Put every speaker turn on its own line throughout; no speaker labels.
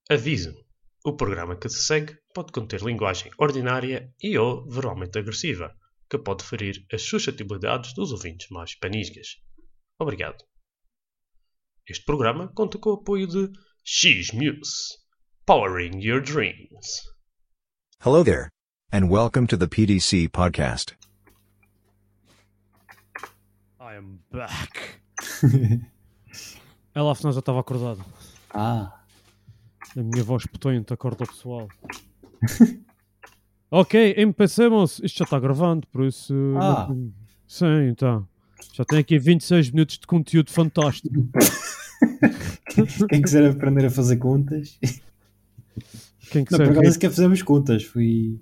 Aviso: o programa que se segue pode conter linguagem ordinária e ou verbalmente agressiva, que pode ferir as suscetibilidades dos ouvintes mais panisgas. Obrigado. Este programa conta com o apoio de X-Muse, Powering Your Dreams.
Hello there, and welcome to the PDC podcast.
I am back. Ela afinal já estava acordado. A minha voz potente acorda o pessoal. Ok, empecemos. Isto já está gravando, por isso... Sim, então. Já tem aqui 26 minutos de conteúdo fantástico.
Quem quiser aprender a fazer contas...
Quem
Não,
quiser
por acaso sequer fizemos contas. Foi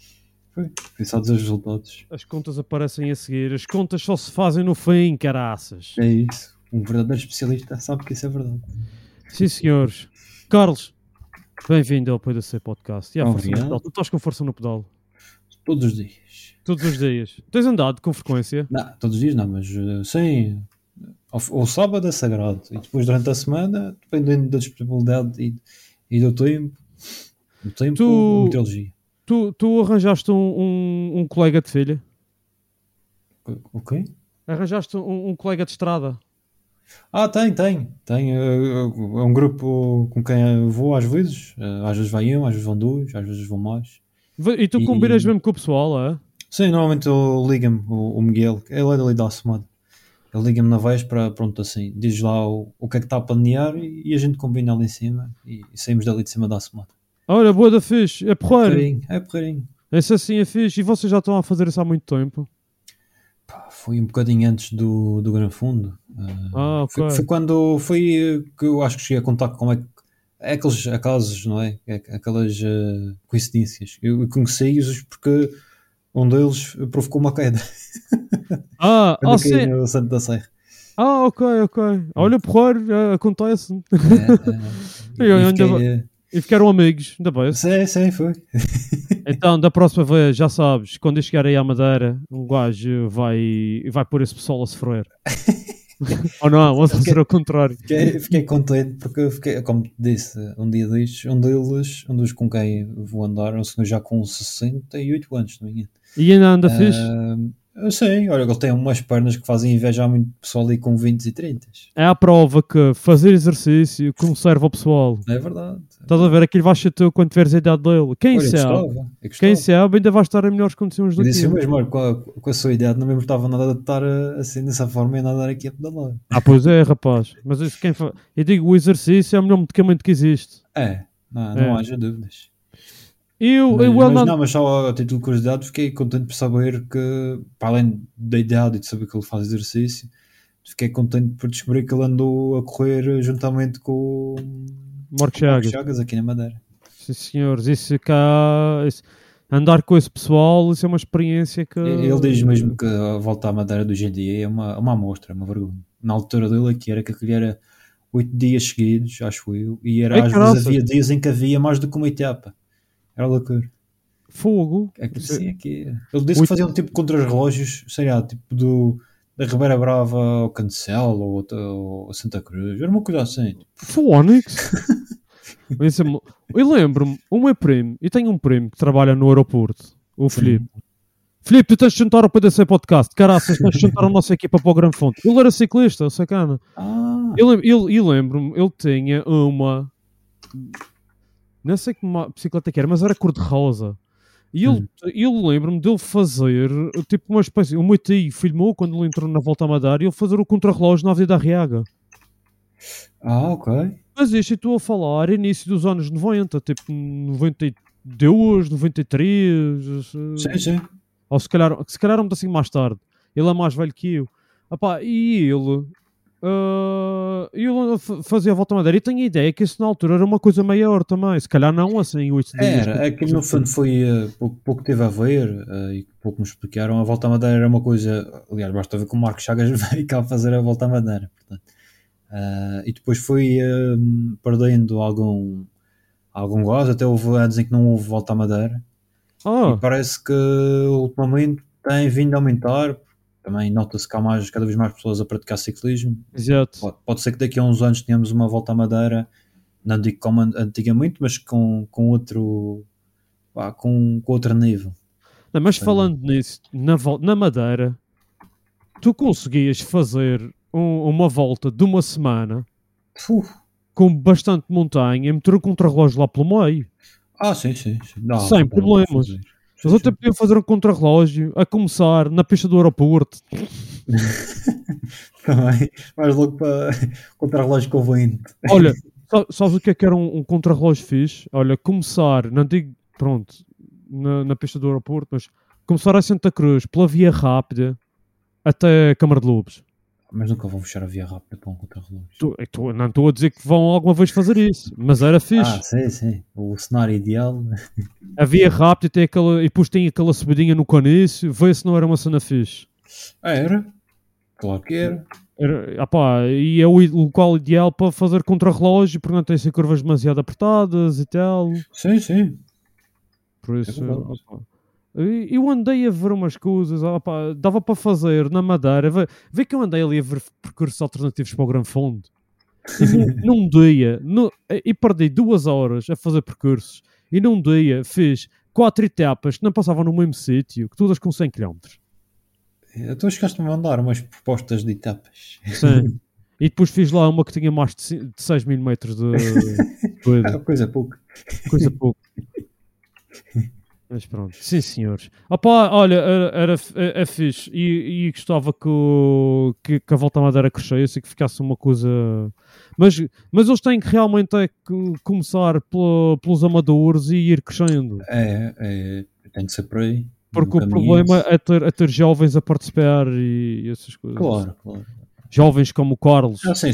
só dizer os resultados.
As contas aparecem a seguir. As contas só se fazem no fim, caraças.
É isso. Um verdadeiro especialista sabe que isso é verdade.
Sim, senhores. Carlos, bem-vindo ao PDC Podcast. E à força no
Obrigado.
pedal. Tu estás com força no pedal?
Todos os dias.
Todos os dias. Tens andado com frequência?
Não, todos os dias não, mas sim. O sábado é sagrado. E depois durante a semana, dependendo da disponibilidade e do tempo. Do tempo,
Tu-
da meteorologia.
Tu arranjaste um colega de filha?
Ok?
Arranjaste um colega de estrada?
Tem. É um grupo com quem eu vou às vezes. Às vezes vai um, às vezes vão dois, às vezes vão mais.
E tu
E-
combinas mesmo com o pessoal, é?
Sim, normalmente eu liga-me o Miguel, ele é dali da Assomada. Ele liga-me na véspera, pronto assim, diz lá o que é que está a planear e a gente combina ali em cima e saímos dali de cima da Assomada.
Olha, boa da fixe. É porreiro.
É porreirinho.
Esse assim é fixe. E vocês já estão a fazer isso há muito tempo?
Foi um bocadinho antes do Gran Fundo.
Ok.
Foi quando que eu acho que cheguei a contar como é que é aqueles acasos, não é? Aquelas coincidências. Eu conheci-os porque um deles provocou uma queda. Quando eu caí
Sim.
no Santo da Serra.
Ok. Olha, porreiro, acontece.
E
Eu ainda
fiquei,
E ficaram amigos, ainda bem.
Sim, foi.
Então, da próxima vez, já sabes, quando eu chegar aí à Madeira, um gajo vai pôr esse pessoal a sofrer. Ou não, vamos fazer ao contrário.
Fiquei contente porque, como te disse, um dia destes, um dos com quem vou andar, é um senhor já com 68 anos, não é?
E ainda anda fixe?
Sim, olha, ele tem umas pernas que fazem inveja a muito pessoal aí com 20 e 30.
É a prova que fazer exercício conserva o pessoal.
É verdade.
Estás a ver? Aquilo vai ser tu quando tiveres a idade dele. Quem
Olha, eu
sabe?
gostava.
Quem sabe ainda vai estar em melhores condições do
Eu
que
disse
eu.
o mesmo, olha, com a sua idade não me importava nada de estar assim dessa forma e nadar aqui a pedalar.
Pois é, rapaz. Mas isso eu digo, o exercício é o melhor medicamento que existe.
Não haja dúvidas.
Mas
Mas só a título de curiosidade fiquei contente por saber que, para além da idade e de saber que ele faz exercício, fiquei contente por descobrir que ele andou a correr juntamente com
Marco
o Marcos
Chagas.
Chagas aqui na Madeira.
Sim, senhores. Andar com esse pessoal, isso é uma experiência que...
Ele diz mesmo que a volta à Madeira do hoje em dia é uma amostra, é uma vergonha. Na altura dele aqui era que aquilo era 8 dias seguidos, acho eu, e
Ei,
às
caraças.
vezes havia dias em que havia mais do que uma etapa. Era loucura.
Fogo.
É que sim, aqui. Ele disse que fazia um tipo de contra-relógios, sei lá, tipo da Ribeira Brava ao Cancelo ou a Santa Cruz. Era uma coisa assim.
Fónix? Eu lembro-me, o meu primo, e tenho um primo que trabalha no aeroporto, o Filipe. Filipe, tu tens de juntar ao PDC Podcast. Caraças, tens de juntar a nossa equipa para o Grande Fonte. Ele era ciclista, sacana. Eu lembro-me, ele tinha uma... Não sei que bicicleta que era, mas era cor-de-rosa. E eu lembro-me dele fazer, tipo uma espécie... O meu tio filmou quando ele entrou na Volta à Madeira e ele fazer o contrarrelógio na Avenida Arriaga.
Ok.
Mas isto eu estou a falar início dos anos 90, tipo 92, 93...
Sim.
Ou se calhar um assim mais tarde. Ele é mais velho que eu. E ele fazia a Volta à Madeira. E tenho a ideia que isso na altura era uma coisa maior também. Se calhar não assim 8 dias.
Era, aquilo no fundo foi pouco teve a ver e pouco me explicaram. A Volta à Madeira era uma coisa, aliás, basta ver como o Marcos Chagas veio cá fazer a Volta à Madeira. Portanto, e depois foi perdendo algum gás, até houve anos em que não houve Volta à Madeira. E parece que ultimamente tem vindo a aumentar. Também nota-se que há cada vez mais pessoas a praticar ciclismo.
Exato.
Pode ser que daqui a uns anos tenhamos uma Volta à Madeira não digo como antigamente, mas com outro, pá, com outro nível.
Não, mas falando nisso, na Madeira, tu conseguias fazer uma volta de uma semana com bastante montanha e meter um contrarrelógio lá pelo meio.
Sim. Dá,
sem problemas. Mas eu até podia fazer um contrarrelógio a começar na pista do aeroporto.
Também, vais logo para contrarrelógio com o vento.
Olha, sabes o que era um contrarrelógio fixe? Olha, começar, não digo, pronto, na pista do aeroporto, mas começar a Santa Cruz pela via rápida até a Câmara de Lobos.
Mas nunca vão fechar a via rápida para um contrarrelógio.
Não estou a dizer que vão alguma vez fazer isso, mas era fixe.
Sim. O cenário ideal.
A via rápida tem aquela, e depois tem aquela subidinha no caniço, vê se não era uma cena fixe.
Era? Claro que era.
E é o local ideal para fazer contrarrelógio, porque não tem assim curvas demasiado apertadas e tal.
Sim.
Por isso, eu andei a ver umas coisas, dava para fazer na Madeira. Vê que eu andei ali a ver percursos alternativos para o Gran Fundo. E num dia, e perdi 2 horas a fazer percursos. E num dia fiz 4 etapas que não passavam no mesmo sítio, que todas com 100 km.
Então chegaste-me a mandar umas propostas de etapas.
Sim. E depois fiz lá uma que tinha mais de 6 mil metros de
Coisa pouca.
Coisa pouco. Mas pronto, sim senhores. Olha, era fixe e gostava que a Volta à Madeira crescesse e que ficasse uma coisa... Mas eles têm que realmente começar pelos amadores e ir crescendo.
Tem de ser por aí.
Porque o problema é ter jovens a participar e essas coisas.
Claro.
Jovens como o Carlos.
Sim,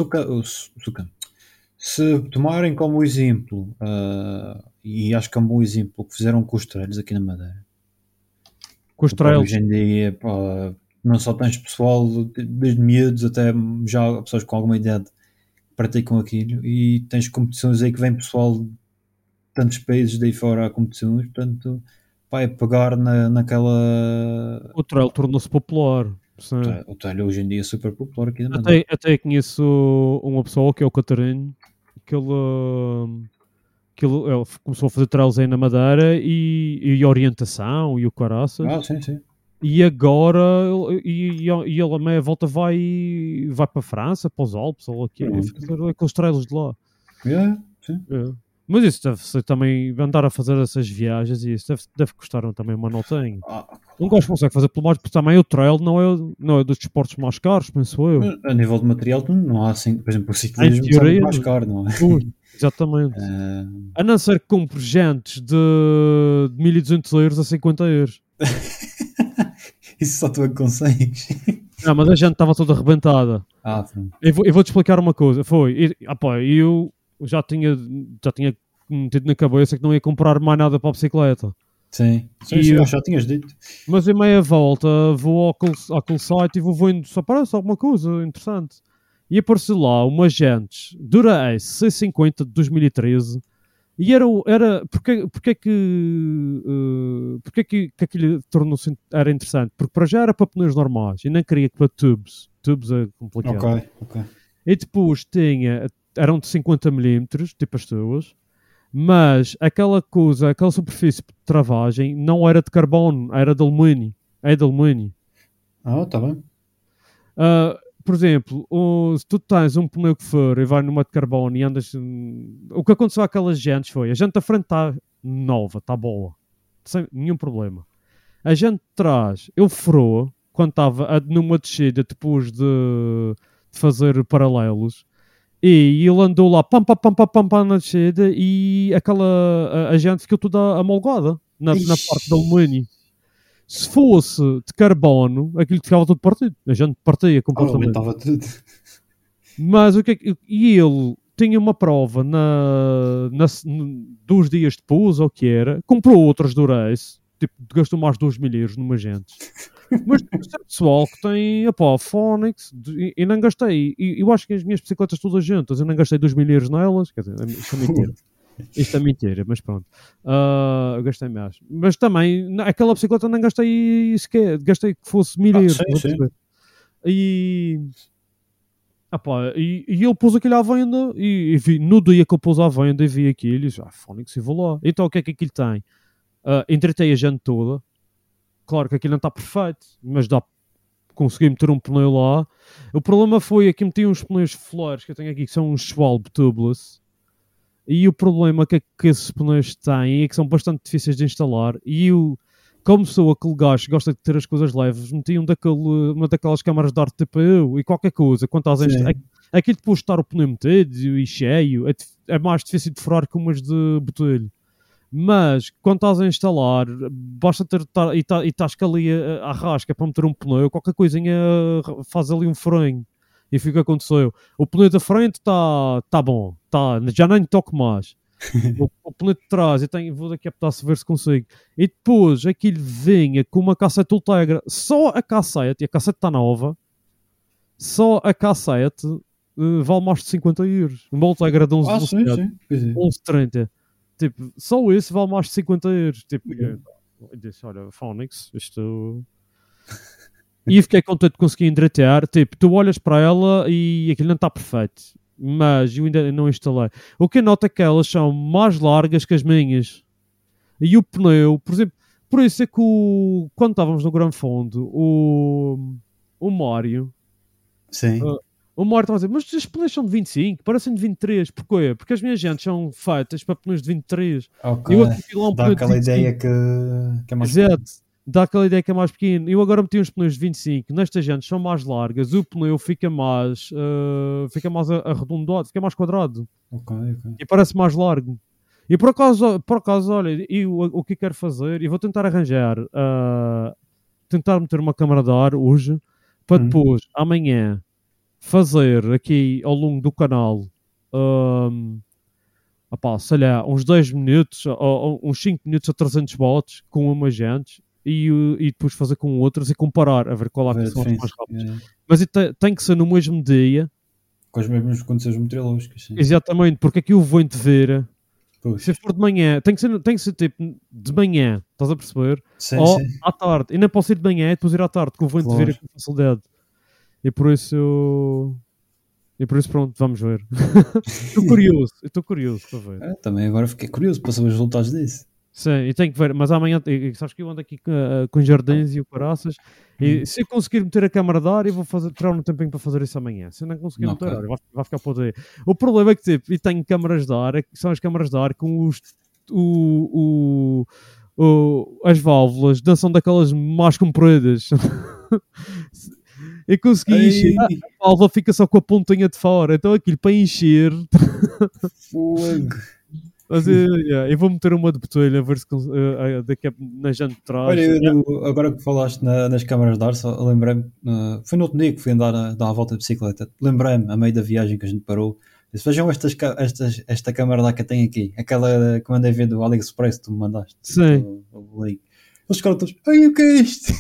se tomarem como exemplo, e acho que é um bom exemplo o que fizeram com os trailers aqui na Madeira.
Com os trailers.
Hoje em dia, não só tens pessoal desde miúdos até já pessoas com alguma idade que praticam aquilo, e tens competições aí que vem pessoal de tantos países daí fora a competições, portanto, é pegar naquela...
O trail tornou-se popular. Sim.
O trail hoje em dia é super popular aqui na Madeira.
Até conheço uma pessoa que é o Catarino, que ele começou a fazer trails aí na Madeira e orientação e o caraças.
Sim.
E agora ele a meia volta vai para a França, para os Alpes, ou aqui, fazer aqueles trails de lá.
Sim.
Mas isso deve ser também, andar a fazer essas viagens, e isso deve custar também uma notinha. Um gajo consegue fazer pelo mais, porque também o trail não é dos desportos mais caros, penso eu.
A nível de material, não há assim, por exemplo, o ciclismo é mais caro, não é?
Exatamente. A não ser que compre jantes de 1200 euros a 50 euros.
Isso só tu é que consegues.
Não, mas a gente estava toda arrebentada. Eu vou-te explicar uma coisa. Eu já tinha metido na cabeça que não ia comprar mais nada para a bicicleta.
Sim, já tinhas dito.
Mas em meia volta vou àquele site e vou vendo se aparece alguma coisa interessante. E apareceu lá uma Gentes Dura Ace C50 de 2013 e era porque que aquilo tornou-se era interessante? Porque para já era para pneus normais e nem queria que para tubes é complicado.
Ok.
E depois eram de 50mm, tipo as tuas, mas aquela superfície de travagem não era de carbono, era de alumínio. É de alumínio.
Tá bem.
Por exemplo, se tu tens um pneu que for e vai numa de carbono e andas... O que aconteceu àquelas jantes foi, a jante da frente está nova, está boa, sem nenhum problema. A jante de trás, ele furou quando estava numa descida depois de fazer paralelos, e ele andou lá pam na descida e a jante ficou toda amolgada na parte do alumínio. Se fosse de carbono, aquilo ficava todo partido. A gente partia completamente.
Aumentava tudo.
Mas e ele tinha uma prova 2 dias depois, ou o que era, comprou outras Durace, tipo, gastou mais 2.000 euros numa gente. Mas tem pessoal que tem, Phonics, e não gastei. E eu acho que as minhas bicicletas todas juntas, eu não gastei 2.000 euros nelas, quer dizer, isso é mentira. Isto é mentira, mas pronto. Eu gastei mais. Mas também, aquela bicicleta não gastei sequer. Gastei que fosse 1.000 euros.
Sim.
E E ele pôs aquilo à venda e vi, no dia que eu pôs à venda e vi aquilo e disse, Fónix, eu vou lá. Então o que é que aquilo tem? Entretei a gente toda. Claro que aquilo não está perfeito, mas consegui meter um pneu lá. O problema foi que meti uns pneus flores que eu tenho aqui, que são uns Schwalbe tubeless. E o problema que esses pneus têm é que são bastante difíceis de instalar. E como sou aquele gajo que gosta de ter as coisas leves, meti uma daquelas câmaras de ar TPU e qualquer coisa. Quando estás a instalar, aquilo depois de estar o pneu metido e cheio, é mais difícil de furar que umas de botelho. Mas quando estás a instalar, basta e estás que ali a rasca para meter um pneu, qualquer coisinha faz ali um freio. E foi o que aconteceu. O pneu da frente está bom, já nem toco mais. O pneu de trás, vou daqui a pedaço ver se consigo. E depois aquilo vinha com uma cassete Ultegra. Só a cassete, e a cassete está nova, só a cassete vale mais de 50 euros. Uma Ultegra de 11 11,30. Tipo, só esse vale mais de 50 euros. Tipo, eu disse, olha, Phoenix, isto... E fiquei contente de conseguir endireitar. Tipo, tu olhas para ela e aquilo não está perfeito. Mas eu ainda não instalei. O que eu noto é que elas são mais largas que as minhas. E o pneu, por exemplo, por isso é que quando estávamos no Gran Fondo, o Mário...
Sim.
O Mário estava a dizer, mas os pneus são de 25, parecem de 23. Porquê? Porque as minhas jantes são feitas para pneus de 23.
Ok, dá aquela ideia que é mais
pequeno. Dá aquela ideia que é mais pequeno. Eu agora meti uns pneus de 25, nestas jantes são mais largas, o pneu fica mais arredondado, fica mais quadrado.
Ok.
E parece mais largo. E por acaso olha, o que eu quero fazer, e vou tentar arranjar, tentar meter uma câmara de ar hoje, para depois, amanhã, fazer aqui ao longo do canal sei lá, uns 10 minutos ou uns 5 minutos a 300 watts com umas jantes e depois fazer com outras e comparar a ver qual é que são as mais rápidas. Mas tem que ser no mesmo dia
com as mesmas condições meteorológicas. Sim.
Exatamente, porque aqui o vento vira. Se for de manhã, tem que ser tipo de manhã, estás a perceber?
Sim,
ou
sim.
À tarde, e não posso ir de manhã e depois ir à tarde, que o vento vira com facilidade. E por isso pronto, vamos ver. Estou curioso para ver.
Também agora fiquei curioso para saber os resultados disso.
Sim, e tenho que ver, mas amanhã, sabes que eu ando aqui com jardins e o caraças, e se eu conseguir meter a câmara de ar, eu vou tirar um tempinho para fazer isso amanhã. Se eu não conseguir meter, vai ficar para o dia. O problema é que tipo, e tenho câmaras de ar, são as câmaras de ar com as válvulas, não são daquelas mais compridas. Eu consegui encher, a válvula fica só com a pontinha de fora, então aquilo para encher. Mas eu vou meter uma de botelha a ver se daqui na jante de trás.
Olha, agora que falaste nas câmaras de ar, só lembrei-me, foi no outro dia que fui dar uma volta de bicicleta. Lembrei-me, a meio da viagem que a gente parou, disse, vejam esta câmara lá que eu tenho aqui, aquela que mandei ver do AliExpress que tu me mandaste.
Sim.
Eles ficaram todos, ai, o que é isto?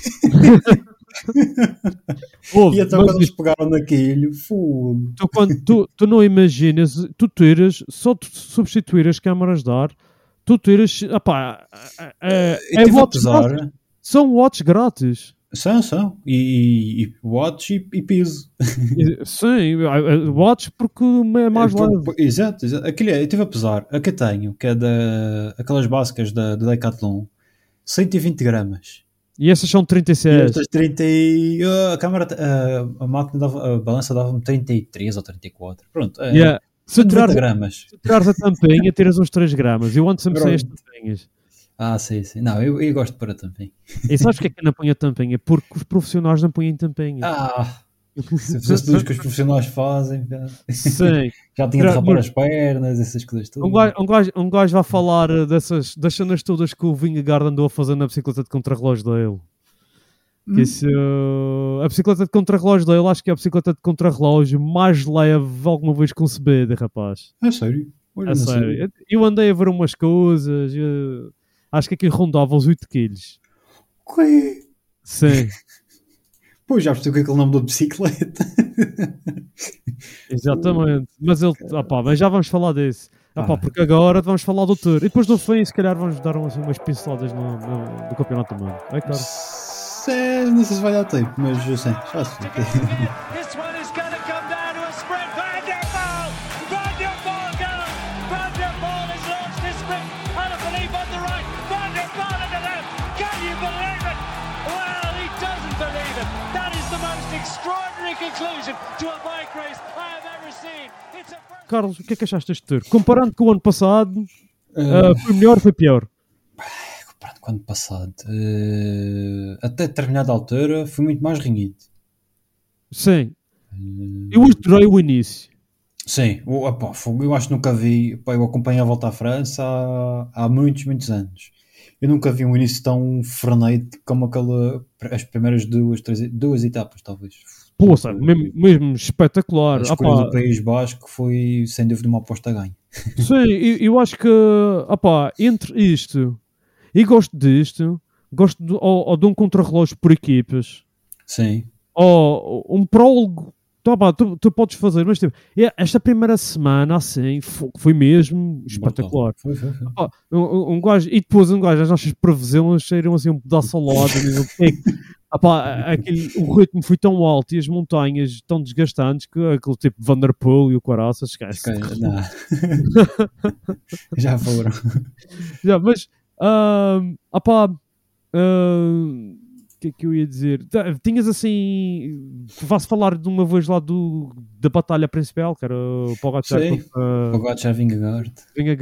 E então quando eles pegaram naquilo,
tu não imaginas, só tu substituir as câmaras de ar, tu tiras, são watts grátis.
São. E watts e piso.
Sim, watts porque é mais leve.
Exato. Aquilo eu estive a pesar, a que eu tenho, que é aquelas básicas da Decathlon, 120 gramas.
E essas são 36.
E estas 30 a máquina a balança dava-me 33 ou 34. Pronto.
Se
gramas.
Se tirares a tampinha, tiras uns 3 gramas. Eu ando sempre sem as tampinhas.
Sim. Não, eu gosto de pôr a tampinha.
E sabes porque é que não põe a tampinha? Porque os profissionais não põem tampinha.
Se fizesse tudo que os profissionais fazem,
sim.
Já tinha de rapar as pernas, essas coisas todas.
Um gajo vai falar das cenas todas que o Vingegaard andou a fazer na bicicleta de contrarrelógio dele. A bicicleta de contrarrelógio dele, acho que é a bicicleta de contrarrelógio mais leve alguma vez concebida, rapaz.
É sério?
É sério. Eu andei a ver umas coisas, acho que aquilo rondava os 8 quilos.
Que?
Sim.
Pois, já percebi o que é que ele não mudou de bicicleta.
Exatamente. Mas mas já vamos falar disso. Porque agora vamos falar do Tour. E depois no fim, se calhar, vamos dar umas pinceladas no Campeonato do Mundo. É claro.
Não sei se vai dar tempo, mas eu sei. Já sei.
Carlos, o que é que achaste deste tour? Comparando com o ano passado, foi melhor ou foi pior?
Comparado com o ano passado, até determinada altura foi muito mais renhido.
Sim. Eu adorei o início.
Sim, eu acho que nunca vi. Pá, eu acompanho a Volta à França há muitos, muitos anos. Eu nunca vi um início tão frenético como as primeiras duas etapas, talvez.
Poxa, mesmo espetacular.
A escolha do País Basco foi, sem dúvida, uma aposta a ganho.
Sim, eu acho que entre isto e gosto disto, gosto ou de um contrarrelógio por equipas.
Sim.
Ou um prólogo. Tu podes fazer, mas tipo, esta primeira semana assim foi mesmo espetacular.
Foi.
Um gajo, e depois as nossas previsões saíram assim um pedaço ao lado. O ritmo foi tão alto e as montanhas tão desgastantes que aquele tipo de Vanderpool e o Caraças esquece.
Já foram.
Mas o que é que eu ia dizer? Tinhas assim, vá-se falar de uma vez lá da batalha principal, que era o Pogacar contra
Pogacar Vingegaard.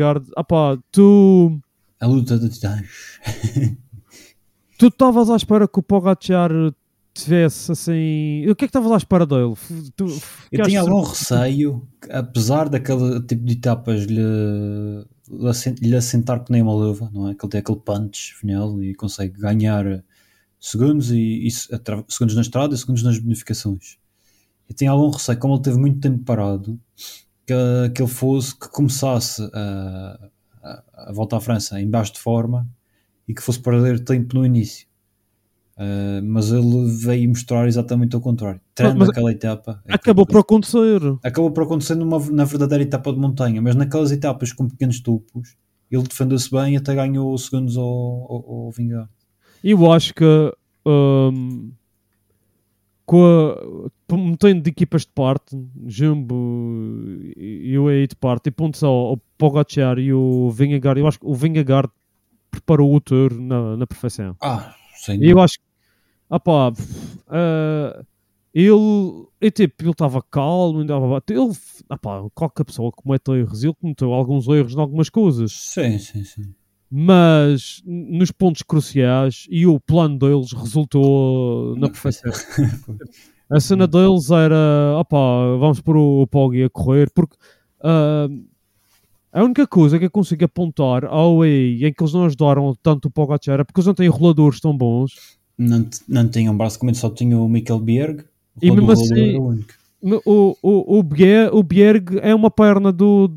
A luta de titãs.
Tu estavas à espera que o Pogacar tivesse assim... O que é que estavas à espera dele?
Eu tinha algum receio, apesar daquele tipo de etapas lhe assentar que nem uma luva, não é? Que ele tem aquele punch final e consegue ganhar segundos, segundos na estrada e segundos nas bonificações. Eu tinha algum receio, como ele teve muito tempo parado, que ele começasse a volta à França em baixo de forma e que fosse perder tempo no início. Mas ele veio mostrar exatamente o contrário. Tirando aquela etapa.
Acabou por acontecer.
Acabou por acontecer na verdadeira etapa de montanha, mas naquelas etapas com pequenos topos, ele defendeu-se bem e até ganhou segundos ao Vingegaard.
Eu acho que metendo de equipas de parte, Jumbo e o UAE de parte, e ponto só o Pogacar e o Vingegaard, eu acho que o Vingegaard preparou o tour na perfeição.
Sim.
Eu acho que ele estava calmo, qualquer pessoa comete erros, ele cometeu alguns erros em algumas coisas.
Sim.
Mas nos pontos cruciais e o plano deles resultou na perfeição. A cena deles era vamos pôr o Poggi a correr, porque a única coisa que eu consigo apontar ao EI em que eles não ajudaram tanto o Pogacar era porque eles não têm roladores tão bons.
Não tinham, basicamente só tinha o Mikkel Bjerg.
E mesmo assim o Bjerg é uma perna do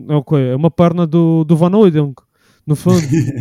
Van Oudonk, no fundo.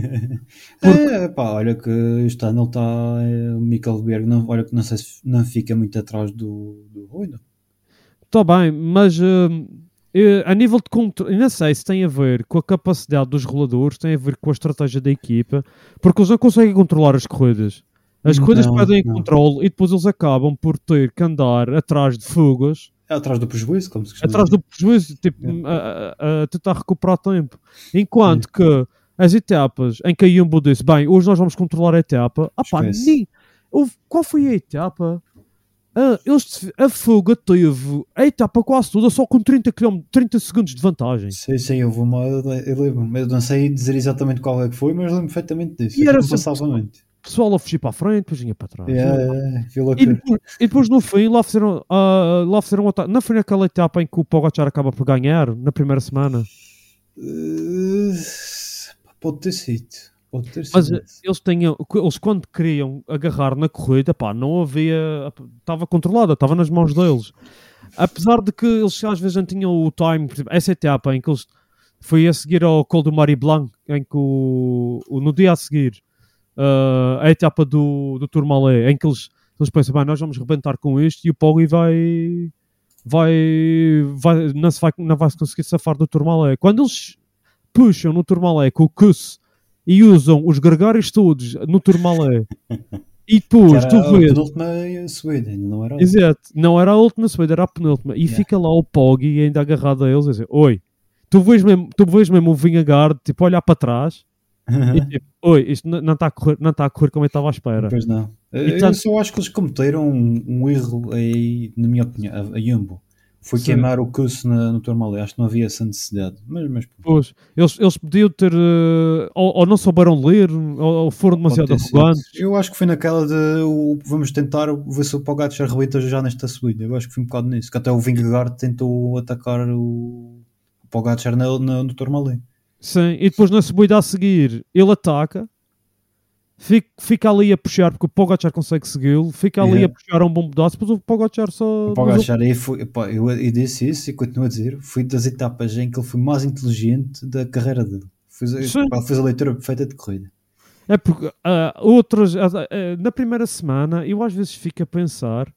Olha que este ano ele está o Mikkel Bjerg, olha que não sei se não fica muito atrás do Oudonk.
Está bem, mas a nível de controle, não sei se tem a ver com a capacidade dos roladores, tem a ver com a estratégia da equipa, porque eles não conseguem controlar as corridas. As corridas pedem controle e depois eles acabam por ter que andar atrás de fugas.
Atrás do prejuízo, como se costuma
atrás do prejuízo, a tentar recuperar tempo. Enquanto que as etapas em que a Jumbo disse, bem, hoje nós vamos controlar a etapa. Qual foi a etapa? A fuga teve a etapa quase toda só com 30 segundos de vantagem.
Sim, houve eu lembro-me, eu não sei dizer exatamente qual é que foi, mas lembro perfeitamente disso.
E era
passava muito.
Pessoal a fugir para a frente, depois vinha para trás.
E
depois no fim, lá fizeram não foi naquela etapa em que o Pogacar acaba por ganhar, na primeira semana?
Pode ter sido.
Mas eles quando queriam agarrar na corrida, não havia, estava controlada, estava nas mãos deles. Apesar de que eles às vezes não tinham o time, por exemplo, essa etapa em que eles foi a seguir ao Col do Marie Blanc, em que no dia a seguir, a etapa do Tourmalet, em que eles pensam, bem, nós vamos rebentar com isto e o Poggi não vai conseguir safar do Tourmalet. Quando eles puxam no Tourmalet com o Kuss e usam os gregários todos no Tourmalet e depois tu vês
a penúltima subida, não era?
Exato, não era a última subida, era a penúltima e fica lá o Poggi ainda agarrado a eles e dizer, oi, tu vês mesmo o Vingegaard tipo olhar para trás e tipo, oi, isto não está a correr como eu estava à espera.
Pois não. Eu só acho que eles cometeram um erro aí, na minha opinião, a Jumbo. foi
Sim.
queimar o curso no Tourmalet. Acho que não havia essa necessidade. Mas
Pois, eles podiam ter, ou não souberam ler, ou foram demasiado
pode ter sido.
arrogantes.
Eu acho que foi naquela de vamos tentar ver se o Pogacar arrebenta já nesta subida. Eu acho que foi um bocado nisso. Que até o Vingegaard tentou atacar o Pogacar no Tourmalet.
Sim, e depois na subida a seguir, ele ataca, fica ali a puxar, porque o Pogacar consegue segui-lo, fica ali a puxar um bom pedaço, depois o Pogacar só...
O Pogacar aí foi, pá, eu disse isso e continuo a dizer, foi das etapas em que ele foi mais inteligente da carreira dele. Fez a leitura perfeita de corrida.
É porque outras, na primeira semana, eu às vezes fico a pensar,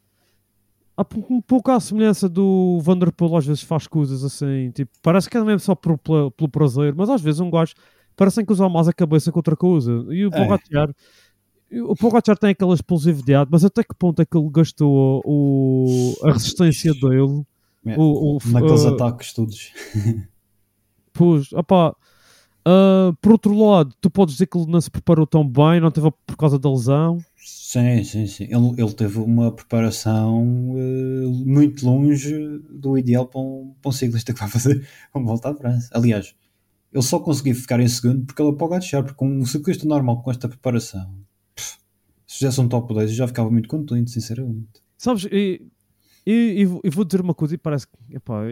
um pouco à semelhança do Van der Poel, às vezes faz coisas assim, tipo, parece que é mesmo só pelo prazer, mas às vezes um gajo parece que usa mais a cabeça que outra coisa. E o Pogacar tem aquela explosividade, mas até que ponto é que ele gastou a resistência dele?
Naqueles ataques todos.
Pois, opá, por outro lado, tu podes dizer que ele não se preparou tão bem, não teve por causa da lesão.
Sim. Ele teve uma preparação muito longe do ideal para um ciclista que vai fazer uma volta à França. Aliás, ele só conseguiu ficar em segundo porque ele é Pogacar, porque um ciclista normal com esta preparação, se fizesse um top 10 eu já ficava muito contente, sinceramente.
Sabes, e vou dizer uma coisa e parece que epá,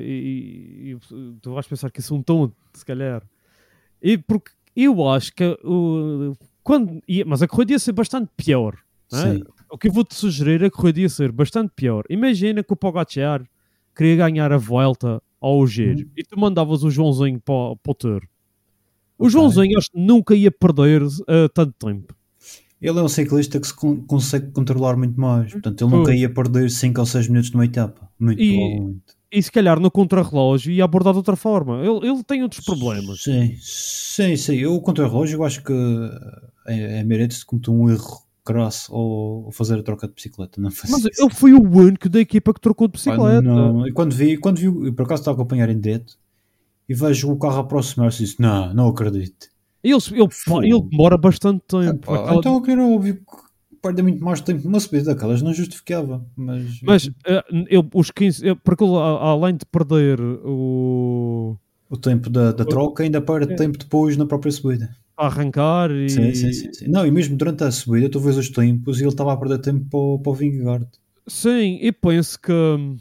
tu vais pensar que isso é um tonto, se calhar. Porque eu acho que mas a corrida ia ser bastante pior.
Sim.
O que eu vou-te sugerir é que a corrida ia ser bastante pior. Imagina que o Pogacar queria ganhar a volta ao Giro e tu mandavas o Joãozinho para o Tour. O Joãozinho acho que nunca ia perder tanto tempo.
Ele é um ciclista que se consegue controlar muito mais. Portanto, ele nunca ia perder 5 ou 6 minutos numa etapa. Muito provavelmente.
E se calhar no contrarrelógio ia abordar de outra forma. Ele tem outros problemas.
Sim. O contrarrelógio eu acho que é mérito se cometeu um erro crasso ou fazer a troca de bicicleta. Não faz
mas
isso.
ele foi o único da equipa que trocou de bicicleta.
Não. E quando vi, eu por acaso estava a acompanhar em direto e vejo o carro aproximar-se e disse, não acredito.
Ele demora bastante tempo.
Então era óbvio que perde muito mais tempo numa subida daquelas, não justificava. Mas
os 15, porque ele, além de perder o
tempo da troca, ainda perde tempo depois na própria subida.
A arrancar e...
Sim. Não, e mesmo durante a subida, tu vês os tempos e ele estava a perder tempo para o Vingegaard.
Sim, e penso que...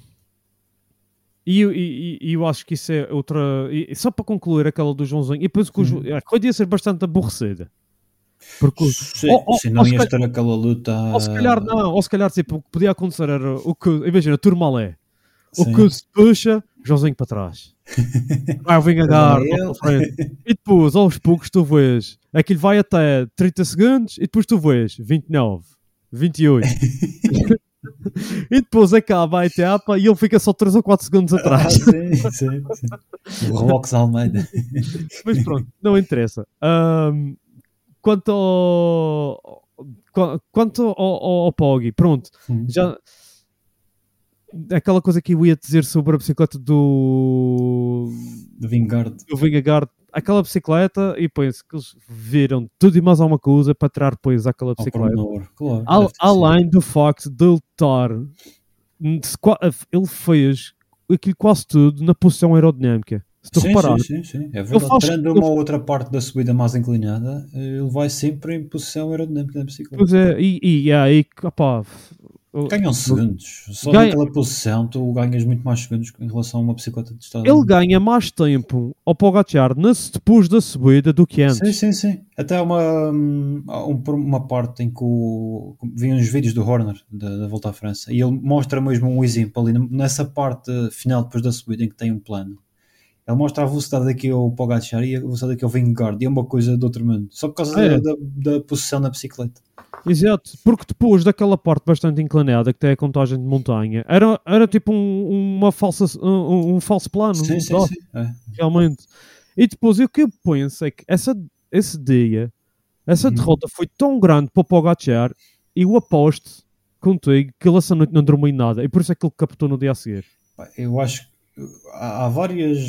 E eu acho que isso é outra... E só para concluir aquela do Joãozinho, e penso que a corrida ia ser bastante aborrecida. Porque
não ia ter aquela luta...
Ou se calhar não, ou se calhar tipo, o que podia acontecer era o que... Imagina, Tourmalet. O
Sim.
que se puxa, Joãozinho para trás. Vai o Vingegaard para frente. E depois, aos poucos, tu vês... Aquilo vai até 30 segundos e depois tu vês 29, 28... E depois acaba a etapa e ele fica só 3 ou 4 segundos atrás.
Sim. O Rox Almeida.
Mas pronto, não interessa. Quanto ao Poggi, pronto. Já aquela coisa que eu ia dizer sobre a bicicleta do Vingegaard. Aquela bicicleta, e penso que eles viram tudo e mais alguma coisa para tirar depois aquela bicicleta.
Claro,
além do facto de ele estar... Ele fez aquilo quase tudo na posição aerodinâmica. Se tu reparar.
Sim. É verdade. Tirando uma outra parte da subida mais inclinada, ele vai sempre em posição aerodinâmica na bicicleta.
Pois é, e aí, opá...
Ganham segundos. Só naquela posição tu ganhas muito mais segundos em relação a uma bicicleta de estado.
Ele ganha mais tempo ao Pogacar depois da subida do que antes.
Sim. Até há uma parte em que vi uns vídeos do Horner da Volta à França e ele mostra mesmo um exemplo ali nessa parte final depois da subida em que tem um plano. Ele mostra a velocidade daqui ao Pogacar e a velocidade daqui ao Vingegaard e é uma coisa de outro mundo. Só por causa da posição na bicicleta.
Exato, porque depois daquela parte bastante inclinada que tem a contagem de montanha, era tipo um falso plano.
Sim.
Realmente. E depois o que eu penso é que esse dia, essa derrota foi tão grande para o Pogacar e eu aposto contigo que ele essa noite não dormiu nada e por isso é que ele captou no dia a seguir.
Eu acho que há várias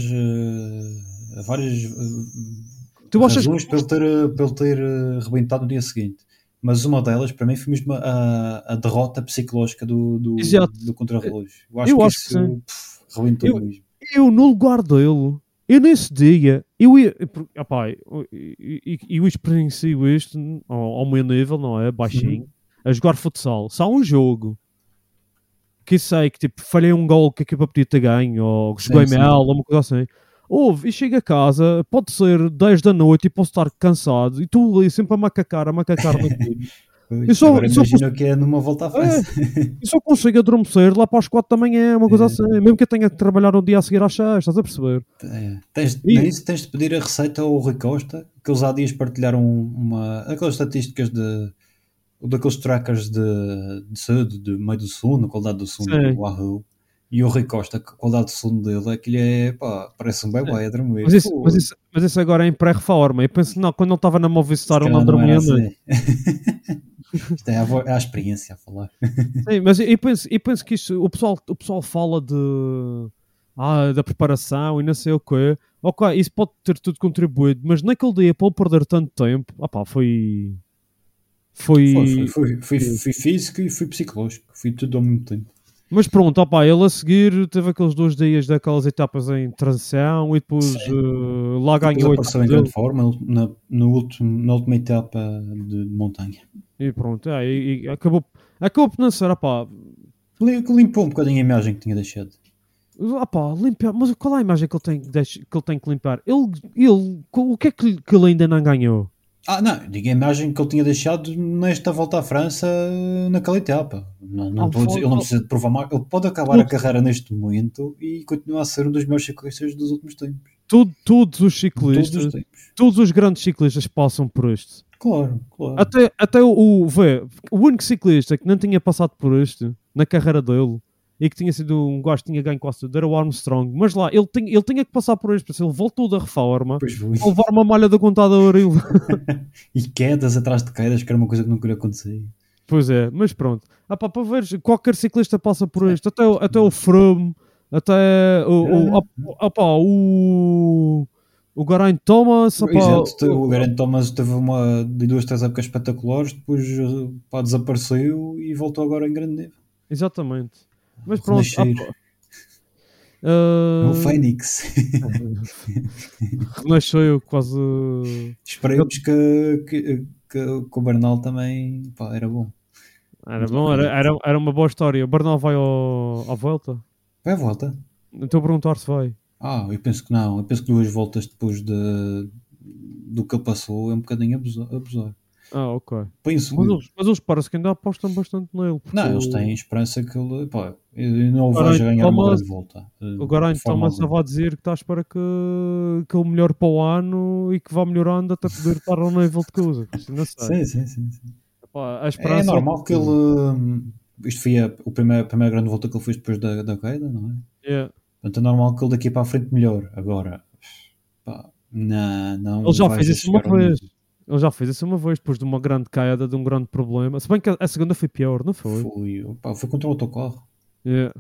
razões para ele ter rebentado no dia seguinte. Mas uma delas, para mim, foi mesmo a derrota psicológica do contrarrelógio. Eu acho que rebentou mesmo.
Eu, no lugar dele, eu nesse dia, eu ia, opá, eu experiencio isto ao meu nível, não é? Baixinho, a jogar futsal. Se há um jogo que sei que tipo, falhei um gol que a equipa podia ter ganho, ou que joguei mal, ou uma coisa assim. Houve, e chego a casa, pode ser 10 da noite e posso estar cansado, e tu ali sempre a macacar naquilo.
Agora imagina que é numa volta à França.
Eu só consigo adormecer lá para as 4 da manhã, uma coisa assim, mesmo que eu tenha que trabalhar um dia a seguir às 6, estás a perceber?
Tens de pedir a receita ao Rui Costa, que eles há dias partilharam aquelas estatísticas daqueles trackers de meio do sono, qualidade do sono do Wahoo. E o Rui Costa, a qualidade de sono dele, aquilo é, pá, parece um bebê a dormir.
Mas isso agora é em pré-reforma. Eu penso, não, quando não estava na Movistar, eu não dormia.
Assim. Isto é a experiência a falar.
Sim, mas eu penso que isso, o pessoal fala da preparação e não sei o quê. Ok, isso pode ter tudo contribuído, mas naquele dia, para eu perder tanto tempo, foi
físico e foi psicológico. Foi tudo ao mesmo tempo.
Mas pronto, ele a seguir teve aqueles 2 dias daquelas etapas em transição e depois lá ganhou.
Apareceu em grande forma na última etapa de montanha.
E pronto, e acabou por não ser,
limpou um bocadinho a imagem que tinha deixado.
Limpar, mas qual é a imagem que ele tem que limpar? O que é que ele ainda não ganhou?
Não, digo a imagem que ele tinha deixado nesta volta à França naquela etapa. Não estou a dizer, ele não precisa de provar mais. Ele pode acabar a carreira neste momento e continuar a ser um dos melhores ciclistas dos últimos tempos.
Todos os ciclistas, todos os grandes ciclistas passam por isto.
Claro.
Até o único ciclista que não tinha passado por isto na carreira dele e que tinha sido um gajo que tinha ganho quase tudo era o Armstrong, mas lá ele tinha que passar por isto, porque ele voltou da reforma a levar uma malha da contadora
e quedas atrás de quedas, que era uma coisa que nunca lhe acontecia.
Pois é, mas pronto, para ver, qualquer ciclista passa por isto, até o Froome, até o Geraint Thomas.
Exato, o Geraint Thomas teve de 2-3 épocas espetaculares, depois desapareceu e voltou agora em grande nível.
Exatamente. Mas pronto.
O Fênix.
Renasceu quase.
Esperemos que o Bernal também era bom.
Era uma boa história. O Bernal vai à volta?
Vai à volta?
Estou a perguntar se vai.
Eu penso que não. Eu penso que 2 voltas depois do que ele passou é um bocadinho abusar.
Ok.
Penso
mas eles parece que ainda apostam bastante nele.
Não, eles têm esperança que ele não o veja ganhar uma grande volta.
O Geraint Thomas vai dizer que está à espera que ele melhore para o ano e que vá melhorando até poder estar ao nível de coisa.
Sim.
A esperança
é normal que ele... Isto foi a primeira grande volta que ele fez depois da queda, não é?
Yeah.
Portanto, é normal que ele daqui para a frente melhore. Agora, não...
Ele já fez isso uma vez. Ele já fez isso uma vez, depois de uma grande queda, de um grande problema. Se bem que a segunda foi pior, não foi?
Foi contra o autocarro.
Yeah.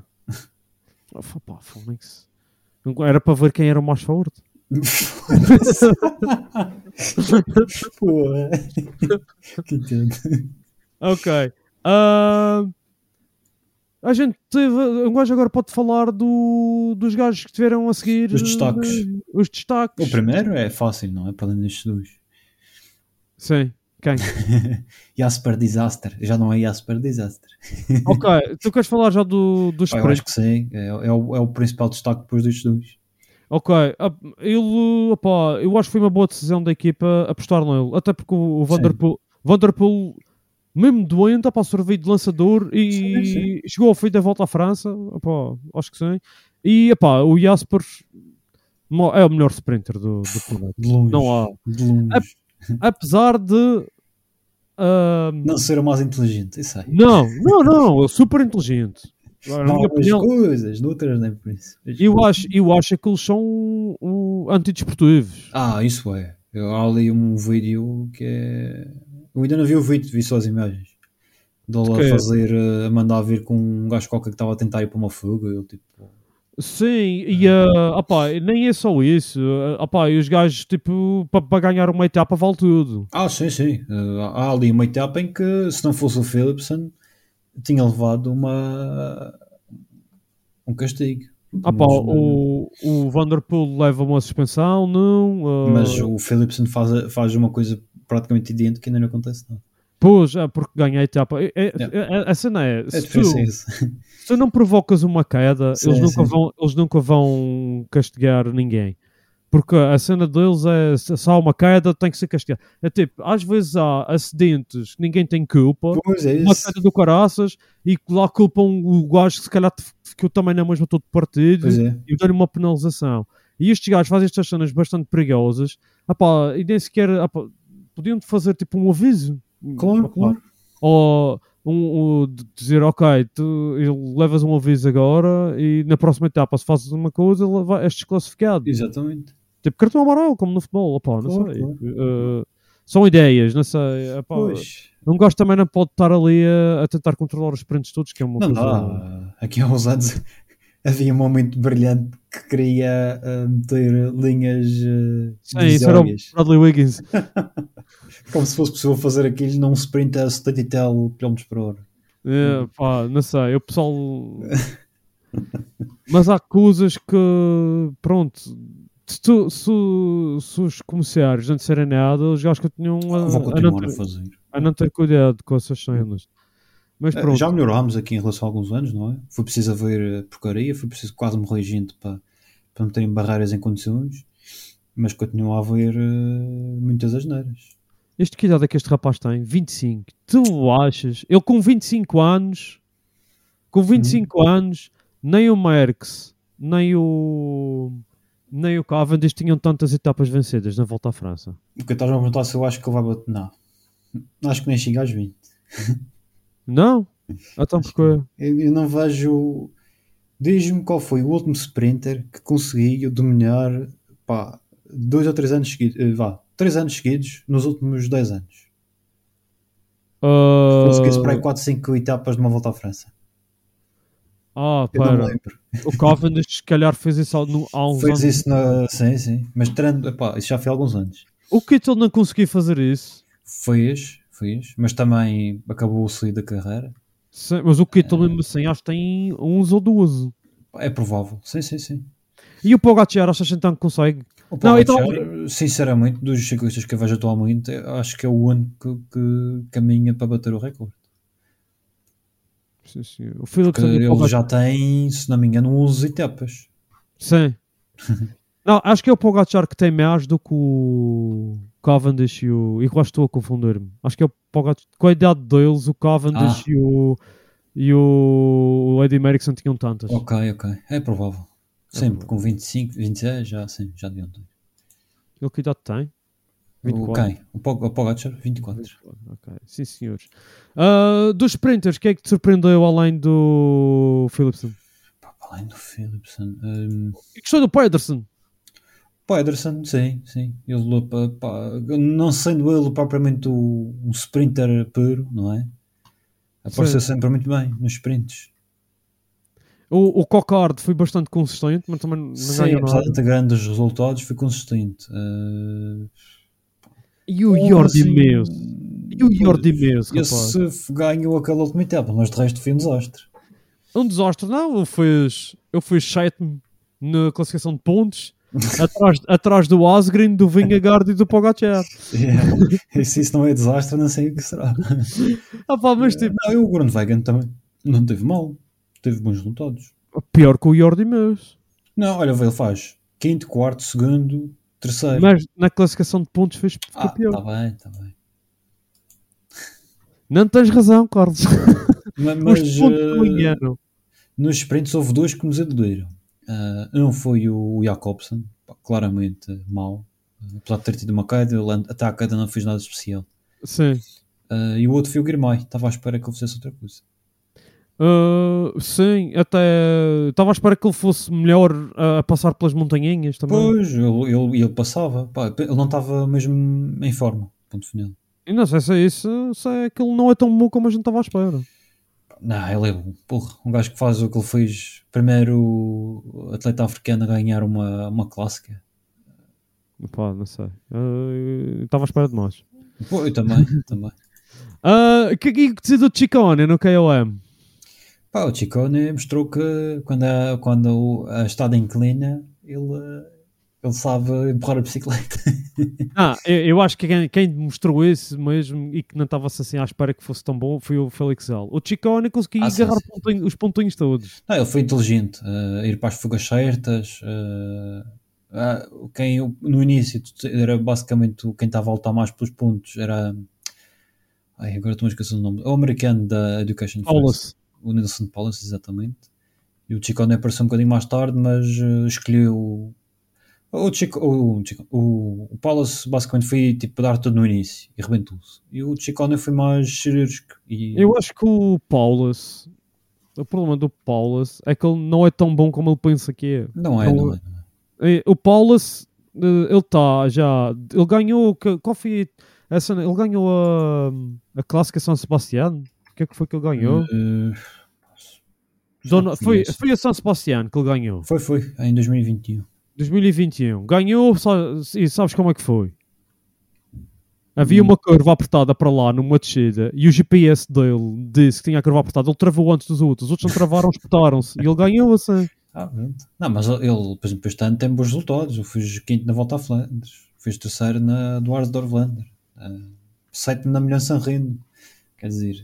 Era para ver quem era o mais forte.
Que entendo.
Ok. A gente teve... Um gajo agora pode falar dos gajos que tiveram a seguir...
Os destaques. O primeiro é fácil, não é? Para além destes 2.
Sim. Quem?
Jasper Disaster. Já não é Jasper Disaster.
Ok. Tu queres falar já dos sprints?
Eu acho que sim. É o principal destaque depois destes 2.
Ok. Eu acho que foi uma boa decisão da equipa apostar nele. Até porque o Vanderpool mesmo doente, servir de lançador e chegou ao fim da volta à França. Acho que sim. E o Jasper é o melhor sprinter do planeta.
De longe.
Não há.
De longe.
Apesar de
não ser o mais inteligente, isso aí.
Não, é super inteligente.
Coisas, noutras nem por isso.
Eu acho que eles são antidesportivos.
Isso é. Há ali um vídeo que é... Eu ainda não vi o vídeo, vi só as imagens. Dele a mandar vir com um gajo qualquer que estava a tentar ir para uma fuga. Eu, tipo...
Sim, e nem é só isso. E os gajos, tipo, para ganhar uma etapa vale tudo.
Sim. Há ali uma etapa em que, se não fosse o Philipsen, tinha levado um castigo.
Pá, o Vanderpool leva uma suspensão, não.
Mas o Philipsen faz uma coisa praticamente idêntica e ainda não acontece nada.
Pois, porque ganha a etapa. A cena é,
A diferença é essa.
se tu não provocas uma queda,
Sim,
eles nunca vão castigar ninguém. Porque a cena deles é, se há uma queda, tem que ser castigado. É tipo, às vezes há acidentes que ninguém tem culpa,
Pois é
uma
isso.
queda do caraças, e que lá culpam o gajo que se calhar que eu também não é mesmo todo partido,
Pois é.
e dão-lhe uma penalização. E estes gajos fazem estas cenas bastante perigosas, e nem sequer podiam fazer tipo um aviso.
Claro.
Ou de dizer, ok, tu levas um aviso agora e na próxima etapa, se fazes uma coisa, és desclassificado.
Exatamente.
Tipo cartão amarelo, como no futebol. Opá, não
Claro,
sei.
claro.
São ideias, não sei. Opá,
Pois.
não gosto também, não pode estar ali a tentar controlar os sprints todos, que é uma
Não
coisa...
dá. Aqui há uns anos havia um momento brilhante que queria meter linhas
Sim, isso era o
divisórias.
Bradley Wiggins.
Como se fosse possível fazer aquilo num sprint a 70 e tal km por hora.
Pá, não sei. O pessoal... Mas há coisas que, pronto, se os comerciários não disserem nada, os gajos continuam
Vou continuar a fazer.
a não ter cuidado com essas cenas. Mas pronto.
Já melhorámos aqui em relação a alguns anos, não é? Foi preciso haver porcaria, foi preciso quase morrer gente para meterem barreiras em condições, mas continua a haver muitas asneiras.
Que idade é que este rapaz tem? 25. Tu achas? Ele com 25 anos, nem o Merckx, nem o Cavendish tinham tantas etapas vencidas na Volta à França.
Porque estás-me a perguntar se eu acho que ele vai bater. Não. Acho que nem chega às 20.
Não? Então porquê?
Eu não vejo. Diz-me qual foi o último sprinter que conseguiu dominar 2 ou 3 anos seguidos. 3 anos seguidos nos últimos 10 anos. Conseguisse para aí 4, 5 etapas de uma Volta à França. Eu não me lembro.
O Cavendish se calhar fez isso há uns
Fez
anos.
isso sim. Mas isso já foi há alguns anos.
O Kittel não conseguiu fazer isso.
Fez. Mas também acabou o sair da carreira.
Sim, mas o Kittel mesmo assim acho que tem 11 ou 12.
É provável. Sim.
E o Pogacar achas então que consegue?
O Pogacar, sinceramente, dos ciclistas que eu vejo atualmente, acho que é o único que caminha para bater o recorde.
Sim, sim. O Philipsen
ele já tem, se não me engano, 11 etapas.
Sim. Não, acho que é o Pogacar que tem mais do que o Cavendish e o... E agora estou a confundir-me. Acho que é o Pogacar... Com a idade deles, o Cavendish e o Eddy Merckx tinham tantas.
Ok. É provável. Sempre com 25, 26, já deviam ter.
Ele que idade tem?
24. O Pogacar, 24.
Ok, sim senhores. Dos sprinters, quem é que te surpreendeu além do Philipsen?
Além do Philipsen...
E gostou do Pedersen?
Pedersen, sim. Ele, não sendo ele propriamente um sprinter puro, não é? Apareceu sempre muito bem nos sprints.
O Cockard foi bastante consistente, mas também não ganhou nada.
Apesar de ter grandes resultados, foi consistente.
E o Jordi Meus?
Esse ganhou aquela última etapa, mas de resto foi um desastre.
Um desastre, não. Ele fez 7 na classificação de pontos, atrás do Asgreen, do Vingegaard e do Pogacar.
Se isso não é desastre, não sei o que será.
Mas tipo...
Não, o Groenewegen também não teve mal. Teve bons resultados.
Pior que o Jordi Meus.
Não, olha, ele faz 5º, 4º, 2º, 3º.
Mas na classificação de pontos ficou pior.
Está bem.
Não tens razão, Carlos.
Mas nos sprints houve 2 que nos iludiram. Um foi o Jakobsen, claramente mau. Apesar de ter tido uma queda, ele até à queda não fez nada especial.
Sim.
E o outro foi o Girmay. Estava à espera que ele fizesse outra coisa.
Sim, até estava à espera que ele fosse melhor a passar pelas montanhinhas também.
Pois, ele passava. Ele não estava mesmo em forma. Ponto final.
E não sei se é isso, se é que ele não é tão bom como a gente estava à espera.
Não, ele é bom. Porra, um gajo que faz o que ele fez. Primeiro atleta africano a ganhar uma clássica.
Não sei. Estava à espera de nós.
Pô, eu também.
O que dizer do Ciccone no KOM?
Pá, o Ciccone mostrou que quando a estrada inclina, ele sabe empurrar a bicicleta.
Eu acho que quem mostrou isso mesmo e que não estava assim à espera que fosse tão bom foi o Félix Gal. O Ciccone conseguiu
Sim,
agarrar
sim.
os pontinhos todos.
Não, ele foi inteligente, ir para as fugas certas. No início era basicamente quem estava a lutar mais pelos pontos. Era. Ai, agora estou a esquecer o nome. O americano da Education First.
Paulus.
O Nelson Paulus, exatamente. E o Ciccone apareceu um bocadinho mais tarde, mas escolheu. O Paulus basicamente foi tipo dar tudo no início e rebentou-se. E o Ciccone foi mais cirúrgico.
Eu acho que o Paulus, o problema do Paulus é que ele não é tão bom como ele pensa que é.
Não é, não é.
O Paulus, ele está já. Ele ganhou. Qual foi essa? Ele ganhou a clássica São Sebastião. O que é que foi que ele ganhou? Foi a São Sebastião que ele ganhou.
Foi, em 2021.
2021. Ganhou, e sabes como é que foi? Havia uma curva apertada para lá, numa descida, e o GPS dele disse que tinha a curva apertada. Ele travou antes dos outros. Os outros não travaram, espetaram-se. E ele ganhou assim.
Não, mas ele, por exemplo, este ano tem bons resultados. Eu fiz quinto na Volta a Flandres. Fiz terceiro na do Arsdorf-Vlander. Sétimo na Milhão San Reno. Quer dizer,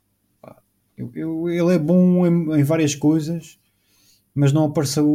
ele é bom em várias coisas, mas não apareceu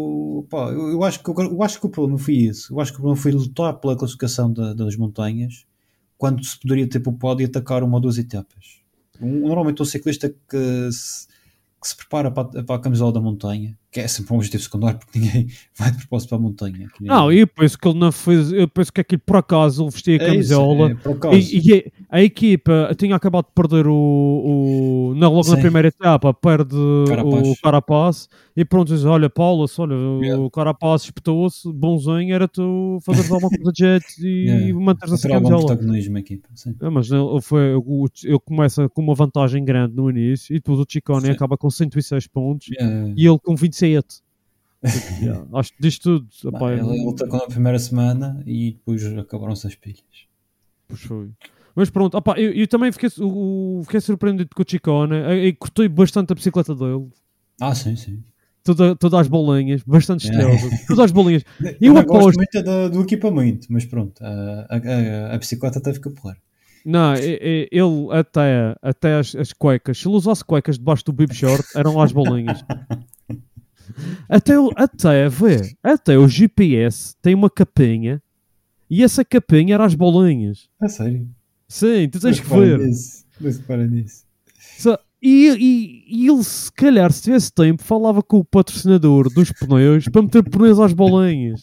eu acho que o problema foi isso. Eu acho que o problema foi lutar pela classificação das montanhas quando se poderia ter para o pódio e atacar uma ou duas etapas. Normalmente um ciclista que se prepara para a camisola da montanha, que é sempre um objetivo secundário porque ninguém vai de propósito para a montanha.
Não, eu penso que ele não fez, eu penso que aquilo por acaso ele vestia a camisola e a equipa tinha acabado de perder logo na primeira etapa, perde o Carapaz e pronto, diz, olha Paulo, o Carapaz espetou-se, bonzinho, era tu fazeres alguma coisa de jet e manteres essa camisola.
Protagonismo a equipa, sim.
Mas ele começa com uma vantagem grande no início e depois o Ciccone acaba com 106 pontos e ele com 27. Acho que diz tudo.
Ele atacou na primeira semana e depois acabaram-se as pilhas.
Pois foi. Mas pronto, eu também fiquei surpreendido com o Ciccone e curtei bastante a bicicleta dele.
Sim.
Todas as bolinhas, bastante estilosa. Todas as bolinhas.
Eu gosto muito do equipamento, mas pronto, a bicicleta até fica porra.
Não, ele até as cuecas, se ele usasse cuecas debaixo do bib short, eram lá as bolinhas. Até o GPS tem uma capinha e essa capinha era as bolinhas.
É sério?
Sim, tu tens que ver.
Para nisso.
E ele, se calhar, se tivesse tempo, falava com o patrocinador dos pneus para meter pneus às bolinhas.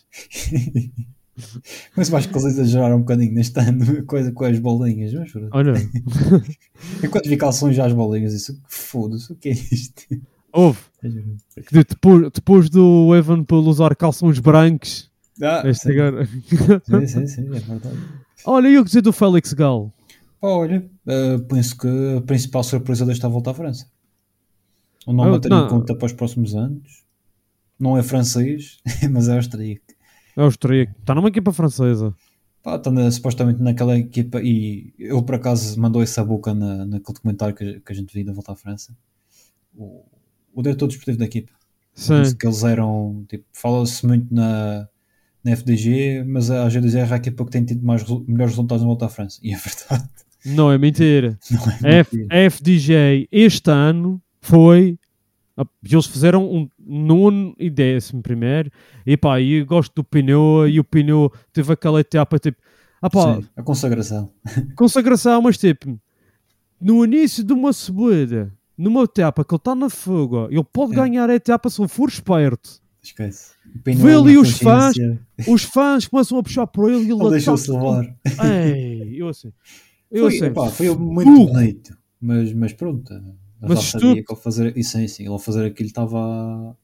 Mas acho que eles exageraram um bocadinho neste ano coisa com as bolinhas. Mas,
olha.
Enquanto vi calções já as bolinhas, isso foda-se, o que é isto?
Houve. Depois do Evan Poole usar calções brancos. Agora...
sim, é verdade.
Olha, e o que dizer do Félix Gal?
Olha, penso que a principal surpresa desta volta à França. O nome a ter em conta para os próximos anos. Não é francês, mas é austríaco.
É austríaco. Está numa equipa francesa.
Está supostamente naquela equipa e ele por acaso mandou essa boca naquele documentário que a gente viu da volta à França. O diretor desportivo da equipa. Disse que eles eram, tipo, fala-se muito na FDG, mas a GDZ é a equipa que tem tido melhores resultados na volta à França. E é verdade.
Não é mentira. A FDG este ano foi... Eles fizeram um 9º e 10º primeiro. E pá, eu gosto do pneu. E o pneu teve aquela etapa tipo...
Sim, a consagração.
Consagração, mas tipo... No início de uma subida... Numa etapa que ele está na fuga, ele pode ganhar a etapa se ele for esperto.
Esquece.
Vê ali os fãs começam a puxar por ele e ele
deixou-se levar. Foi muito bonito, mas pronto. Mas já sabia que ao fazer isso, sim, ele ao fazer aquilo estava.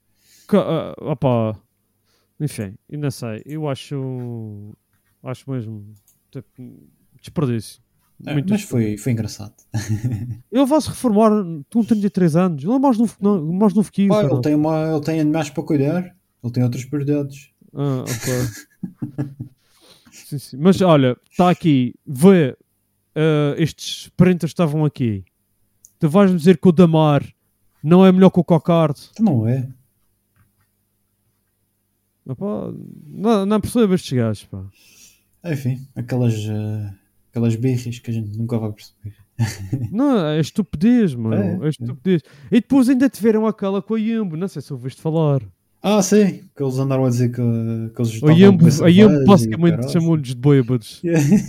Enfim, ainda sei. Eu acho mesmo tipo, desperdício.
Mas foi engraçado.
Ele vai-se reformar com 33 anos. Ele é mais novo que eu.
Ele tem animais para cuidar. Ele tem outras prioridades.
Ok. sim. Mas olha, está aqui. Vê, estes sprinters estavam aqui. Tu vais-me dizer que o Damar Não é melhor que o Cockart.
Não é.
Epá, não percebo estes gajos, pá.
Enfim, aquelas birras que a gente nunca vai perceber.
Não, é estupidez, mano. É estupidez. E depois ainda tiveram aquela com a Yumbo. Não sei se ouviste falar.
Ah, sim, que eles andaram a dizer que eles
A
estavam
Yumbo
a
basicamente chamou-lhes de bêbados.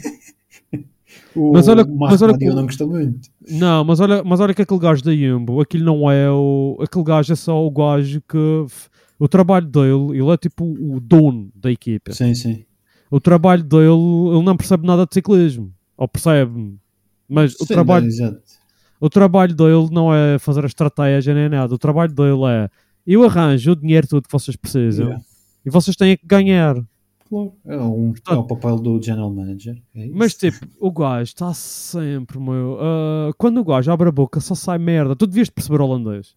o
Mas olha
eu não gostou muito.
Não, mas olha que aquele gajo da Yumbo, aquilo não é aquele gajo é só o gajo que o trabalho dele, ele é tipo o dono da equipa.
Sim, sim.
O trabalho dele, ele não percebe nada de ciclismo. Ou percebe, mas
Sim,
o trabalho dele não é fazer a estratégia nem nada. O trabalho dele é eu arranjo o dinheiro todo que vocês precisam e vocês têm que ganhar.
Claro, é o papel do General Manager. É isso.
Mas tipo, o gajo está sempre, meu. Quando o gajo abre a boca só sai merda. Tu devias perceber holandês.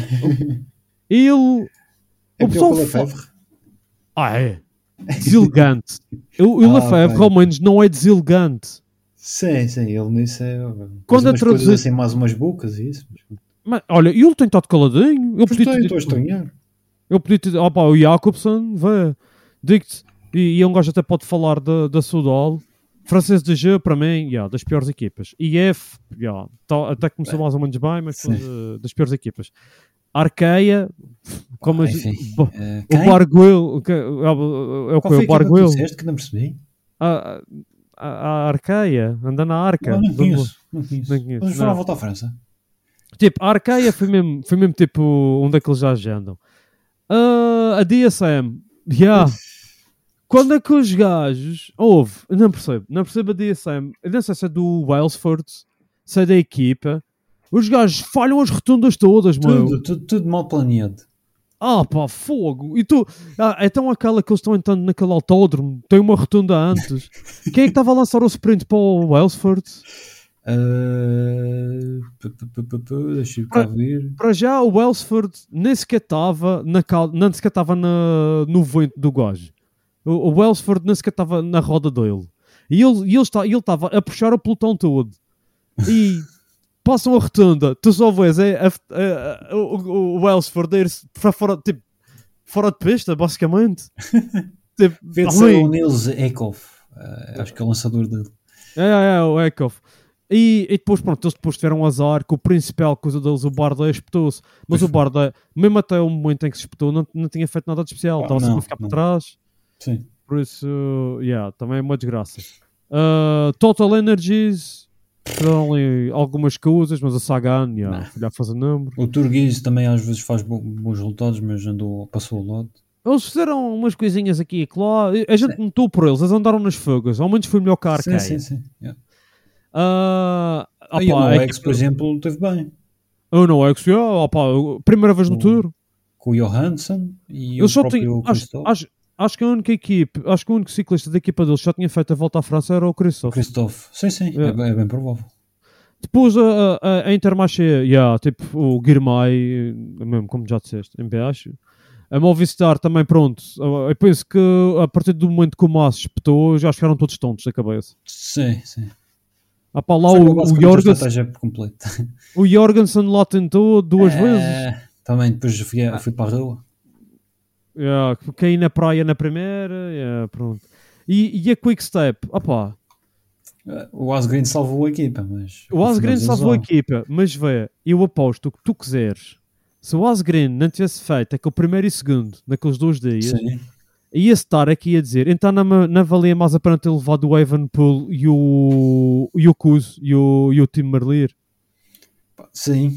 Ele.
É
o
pior
pessoal
que o Lefebvre.
É deselegante. O Lefebvre, ao menos, não é deselegante.
Sim, ele nisso é.
Quando
umas coisas assim, mais umas bocas e isso.
Mas, olha, ele tem estado caladinho.
Estou a estranhar.
Eu podia te dizer, o Jacobson, vê, digo-te. E é um gajo até pode falar da Sudal. Francês de G, para mim, das piores equipas. IF, até começou mais ou menos bem, mas das piores equipas. Arqueia, como o Barguil, é o que? O Barguil.
Que não percebi.
A Arqueia, anda na Arca.
Não conheço. Vamos falar a volta à França.
Tipo, a Arqueia foi mesmo tipo um daqueles já andam. A DSM, quando é que os gajos não percebo a DSM, eu não sei se é do Welsford, se é da equipa, os gajos falham as rotundas todas, mano.
Tudo mal planeado.
Fogo. E tu, então aquela que eles estão entrando naquele autódromo, tem uma rotunda antes. Quem é que estava a lançar o sprint para o Welsford?
Deixa-me cá ver.
Para já o Welsford nem sequer estava no vento do gajo. O Welsford nem sequer estava na roda dele. E ele estava a puxar o pelotão todo. E passam a rotunda, tu só vês o Welsford ir para fora, tipo, fora de pista, basicamente. Tipo,
o Nils Eckhoff, acho que é o lançador dele.
O Eckhoff. E depois, pronto, eles depois tiveram azar que o principal coisa deles, o Bardet, espetou-se. Mas o Bardet, mesmo até o momento em que se espetou, não tinha feito nada de especial. Estava sempre a ficar por trás.
Sim.
Por isso, também é uma desgraça. Total Energies, fizeram ali algumas coisas, mas a Sagan, foi a fazer número.
O Turguiz também às vezes faz bons resultados, mas passou ao lado.
Eles fizeram umas coisinhas aqui e lá. A gente notou por eles andaram nas fugas. Ao menos foi melhor que a Arqueia.
Sim.
E
o X, por exemplo, teve bem.
O X, primeira vez no Tour.
Com o Johansson e
eu
o próprio Christophe.
Acho que a única equipe, acho que o único ciclista da equipa deles já tinha feito a volta à França era o Christophe.
Sim, é bem provável. Depois
a Intermarché, tipo o Guirmay, mesmo como já disseste, em BH. A Movistar também, pronto. Eu penso que a partir do momento que o Massa espetou, já ficaram todos tontos da cabeça.
Sim.
Lá o Jorgensen. O Jorgensen lá tentou duas vezes.
Também, depois fui para a rua.
Caí na praia na primeira, pronto. E a Quick Step,
o Asgreen salvou a equipa, mas...
O Asgreen salvou a equipa, mas eu aposto o que tu quiseres. Se o Asgreen não tivesse feito aquele primeiro e segundo, naqueles 2 dias, ia estar aqui a dizer, então não valia mais a pena ter levado o Evenepoel e o Kuss e o Tim Merlier.
Sim.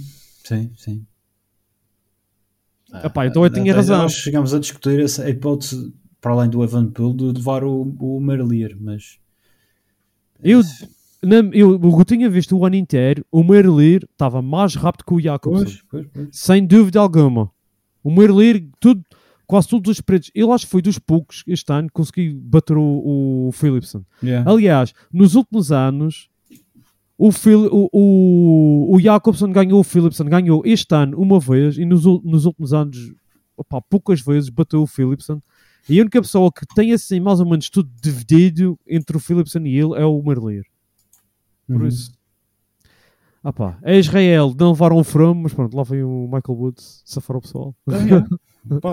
Então eu tinha razão.
Nós chegámos a discutir essa hipótese, para além do Evenepoel, de levar o Merlier, mas...
Eu tinha visto o ano inteiro, o Merlier estava mais rápido que o Jacobsen.
Pois.
Sem dúvida alguma. O Merlier, quase todos os pretos, ele acho que foi dos poucos este ano que conseguiu bater o Philipsen. Aliás, nos últimos anos, o Jacobsen ganhou o Philipsen, ganhou este ano uma vez e nos últimos anos, poucas vezes bateu o Philipsen. E a única pessoa que tem assim mais ou menos tudo dividido entre o Philipsen e ele é o Merlier. Por isso. pá, é Israel, não levaram o From, mas pronto, lá veio o Michael Woods safar o pessoal.
Pá,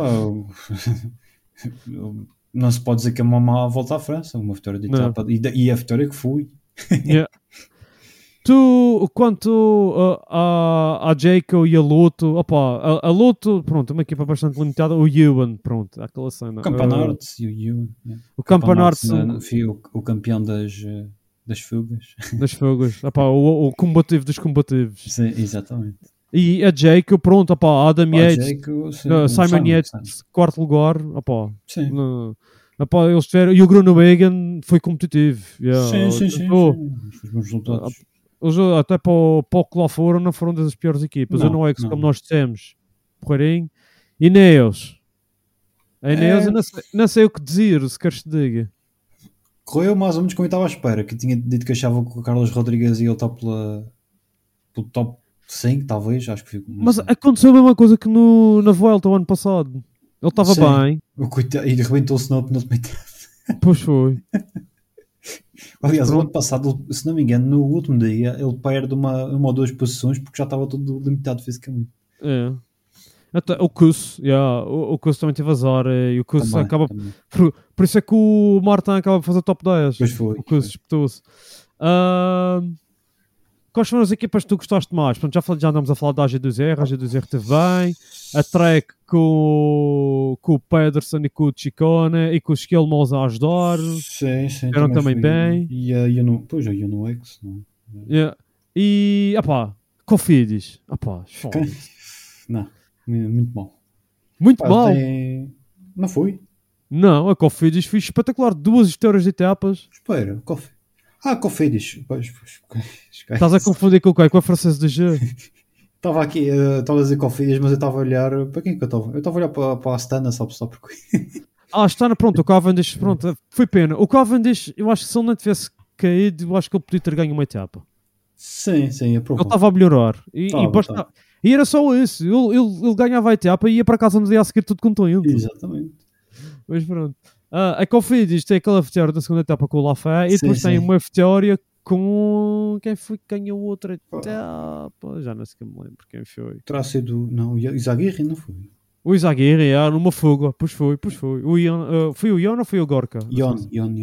não se pode dizer que é uma má volta à França, uma vitória de etapa, e a vitória que fui.
Yeah. Tu, quanto a Jayco e a Luto, opa, a Luto, pronto, uma equipa bastante limitada, o Ewan, pronto, aquela cena.
O Campanarts e o Ewan.
O Campanarts,
o campeão das fugas.
Das fugas, opa, o combativo dos combativos.
Sim, exatamente.
E a Jayco, pronto, opa, Adam Yates, Simon Yates, quarto lugar, opa.
Sim.
Opa, eles tiveram, e o Groenewegen foi competitivo. Yeah.
Sim. Os bons resultados.
Eles, até para o que lá foram, não foram das piores equipas. A Noex, como nós dissemos, porreirinho. Ineos. A Ineos, eu não sei o que dizer, se queres te diga.
Correu mais ou menos como eu estava à espera, que tinha dito que achava que o Carlos Rodrigues ia estar pelo top 5, talvez, acho que foi.
Mas aconteceu a mesma coisa que na Vuelta o ano passado. Ele estava bem.
E arrebentou-se na penúltima etapa.
Pois foi.
Aliás, o ano passado, se não me engano, no último dia, ele perde uma ou duas posições porque já estava tudo limitado fisicamente.
É. Até o Kuss, o Kuss também teve azar. E o Kuss acaba. Por isso é que o Martin acaba de fazer top 10.
Pois foi.
O Kuss espetou-se. Quais foram as equipas que tu gostaste mais? Portanto, já andamos a falar da AG2R. A AG2R esteve bem. A Trek com o Pedersen e com o Ciccone e com os Skillmos a ajudar.
Sim.
Eram também bem.
E a UNOX, não é?
Yeah. E, Cofidis.
Não, muito mal.
Muito mal?
Não foi?
Não, a Cofidis foi espetacular. 2 vitórias de etapas.
Espera, Cofidis.
Estás a confundir com o quê? Com a francesa de G?
Estava aqui, estava a dizer Cofidis, mas eu estava a olhar... Para quem que eu estava? Eu estava a olhar para a Astana, só porque...
A Astana, pronto, o Cavendish, pronto, foi pena. O Cavendish, eu acho que se ele não tivesse caído, eu acho que ele podia ter ganho uma etapa.
Sim, é provável.
Ele estava a melhorar. E era só isso. Ele ganhava a etapa e ia para casa no dia a seguir tudo contente.
Exatamente.
Mas pronto. A Cofidis tem aquela vitória da segunda etapa com o Lafayette e depois tem uma vitória com... Quem foi que ganhou outra etapa? Já não sei que me lembro quem foi.
Terá sido... Não, o Izaguirre não foi.
O Izaguirre, numa fuga. Pois foi. O Ion, foi o Ion ou foi o Gorka?
Ion.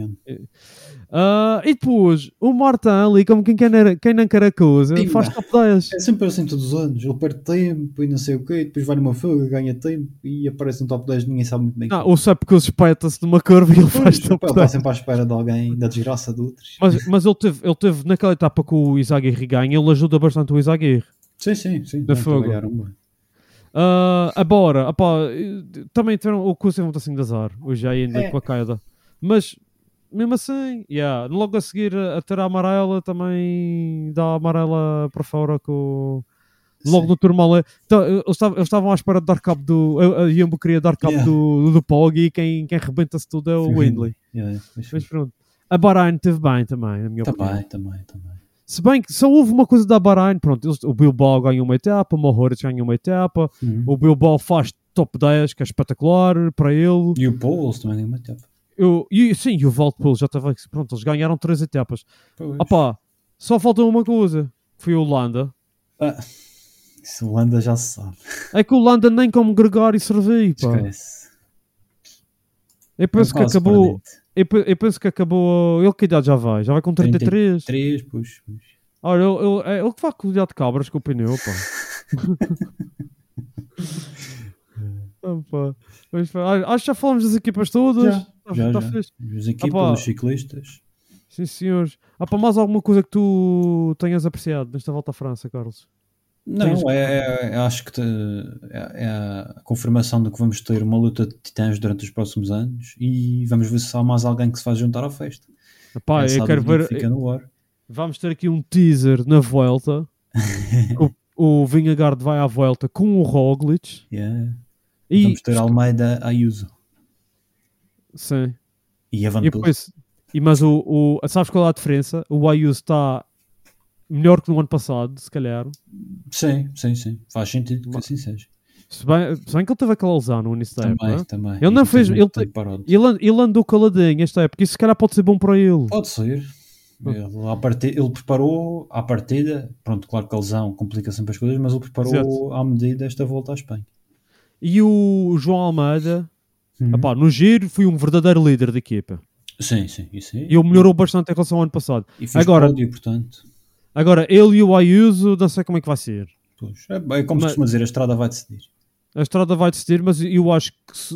E depois, o Martin ali, como quem não quer a coisa, faz top 10.
É sempre assim todos os anos. Ele perde tempo e não sei o quê, depois vai numa fuga, ganha tempo e aparece no top 10, ninguém sabe muito bem.
Não, ou sabe que ele espeta-se numa curva e ele faz top 10.
Ele está sempre à espera de alguém, da desgraça de outros.
Mas ele teve naquela etapa que o Izaguirre ganha, ele ajuda bastante o Izaguirre.
Sim.
Da fuga. Agora, também tiveram o curso muito assim de azar, hoje ainda com a queda. Mas, mesmo assim, logo a seguir a ter a amarela, também dá a amarela para fora logo no Tourmalet. Então, eles estavam à espera de dar cabo a Jumbo queria dar cabo do Pog e quem rebenta-se tudo é o Windley. Mas pronto. A Bahrein teve bem também, na minha opinião.
Também.
Se bem que só houve uma coisa da Bahrein, pronto, o Bilbao ganhou uma etapa, o Mohoric ganhou uma etapa, o Bilbao faz top 10, que é espetacular para ele.
E o Pauls também ganhou uma etapa.
E o Walt Pauls já estava, pronto, eles ganharam 3 etapas. Só falta uma coisa, que foi o Landa.
Isso o Landa já se sabe.
É que o Landa nem como Gregório serviu, pá.
Esquece.
Eu penso que acabou... Eu penso que acabou... Ele que idade já vai? Já vai com 33?
33, pois.
Olha, ele que vai cuidar de cabras com o pneu, pá. Acho que já falamos das equipas todas.
Já. As equipas, os ciclistas.
Sim, senhores. Mais alguma coisa que tu tenhas apreciado nesta volta à França, Carlos?
Não, acho que é a confirmação de que vamos ter uma luta de titãs durante os próximos anos e vamos ver se há mais alguém que se faz juntar à festa.
Eu quero ver.
Fica no ar.
Vamos ter aqui um teaser na Vuelta. o Vingegaard vai à Vuelta com o Roglic.
E vamos ter Almeida Ayuso.
Sim.
E a Van Poels.
Mas sabes qual é a diferença? O Ayuso está melhor que no ano passado, se calhar.
Sim. Faz sentido que assim seja.
Se bem que ele teve aquela lesão no início da época.
Também.
Ele não fez... Ele andou caladinho esta época. Isso se calhar pode ser bom para ele.
Pode ser. Ele preparou à partida, pronto, claro que a lesão complica sempre as coisas, mas ele preparou à medida esta volta à Espanha.
E o João Almeida, no giro, foi um verdadeiro líder da equipa.
Sim, isso aí.
E ele melhorou bastante em relação ao ano passado.
E fez pódio, portanto.
Agora, ele e o Ayuso, não sei como é que vai ser.
Pois, é como se costuma dizer, a estrada vai decidir.
A estrada vai decidir, mas eu acho que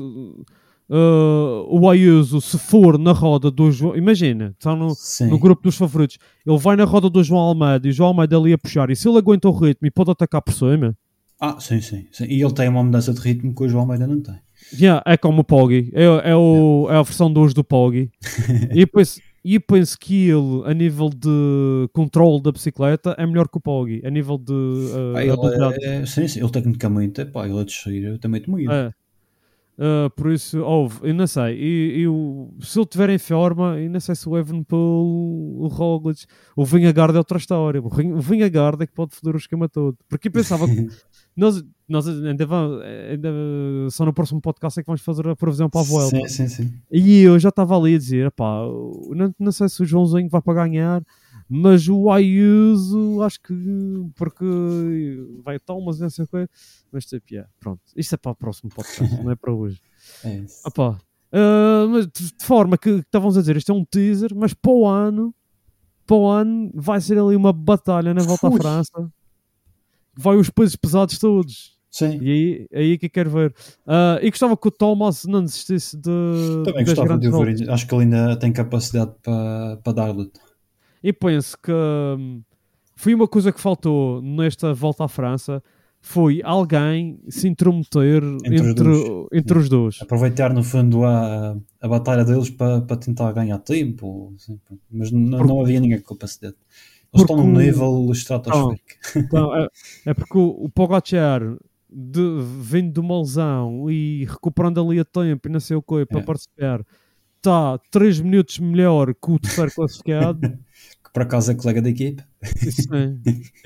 o Ayuso, se for na roda do João... Imagina, está no grupo dos favoritos. Ele vai na roda do João Almeida e o João Almeida ali a puxar. E se ele aguenta o ritmo e pode atacar por cima...
Sim. E ele tem uma mudança de ritmo que o João Almeida não tem.
É como o Poggi. É a versão 2 do Poggi. E penso que ele, a nível de controle da bicicleta, é melhor que o Poggi. A nível de habilidade.
Sim, ele tecnicamente, ele a descer, eu também te moído.
Por isso, eu não sei. Se ele estiver em forma, eu não sei se o Evenepoel, o Roglic, o Vingegaard é outra história. O Vingegaard é que pode foder o esquema todo. Porque eu pensava que nós ainda só no próximo podcast é que vamos fazer a previsão para a Vuelta.
Sim.
E eu já estava ali a dizer, não sei se o Joãozinho vai para ganhar, mas o Ayuso, acho que porque vai mas não sei o que, mas pronto, isto é para o próximo podcast, não é para hoje.
É isso.
Mas de forma que estávamos a dizer, isto é um teaser, mas para o ano vai ser ali uma batalha na Volta à França. Vai os pesos pesados todos.
Sim.
E aí que eu quero ver. E gostava que o Thomas não desistisse
também gostava de o ver. Acho que ele ainda tem capacidade para dar-lhe.
E penso que foi uma coisa que faltou nesta volta à França, foi alguém se intrometer entre os dois.
Aproveitar no fundo a batalha deles para tentar ganhar tempo. Assim, mas não havia ninguém com capacidade. Eles estão num nível estratosférico.
É porque o Pogacar vindo de uma lesão e recuperando ali a tempo e não sei o que para participar, está 3 minutos melhor que o terceiro classificado.
Que por acaso é colega da equipa.
Sim.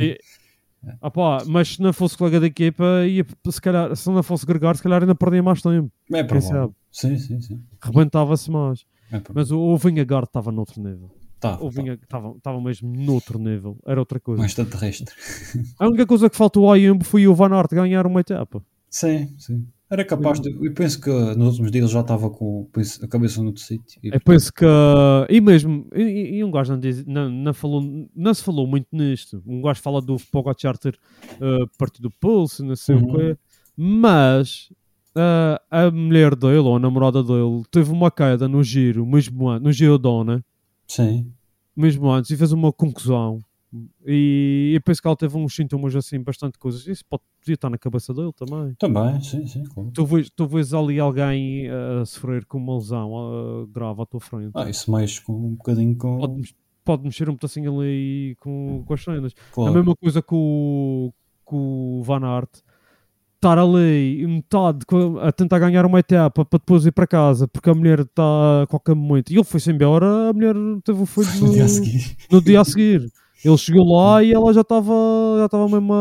Mas se não fosse colega da equipa, se calhar, se não fosse Gregário, se calhar ainda perdia mais tempo.
É provável. Sim.
Rebentava-se mais. Mas o Vingegaard estava noutro nível. Estava mesmo noutro nível. Era outra coisa.
Mais terrestre.
A única coisa que faltou ao Ayumbo foi o Van Aert ganhar uma etapa.
Sim. Era capaz de... Eu penso que nos últimos dias ele já estava com a cabeça no outro sítio.
Eu penso que... E mesmo... E um gajo não se falou muito nisto. Um gajo fala do Pogacar ter partido do pulso, não sei o quê. Mas... a mulher dele, ou a namorada dele, teve uma queda no giro, mesmo no Giro Dona.
Sim.
Mesmo antes, e fez uma concussão. E eu penso que ela teve uns sintomas assim, bastante coisas. Isso podia estar na cabeça dele também.
Também, sim, claro.
Tu vês ali alguém a sofrer com uma lesão grave à tua frente.
Isso mexe com um bocadinho com...
Pode mexer um pedacinho ali com as cenas.
Claro.
A mesma coisa com o Van Aert. Estar ali metade a tentar ganhar uma etapa para depois ir para casa porque a mulher está a qualquer momento e ele foi-se embora, a mulher teve o filho no dia a seguir. Ele chegou lá e ela já estava mesmo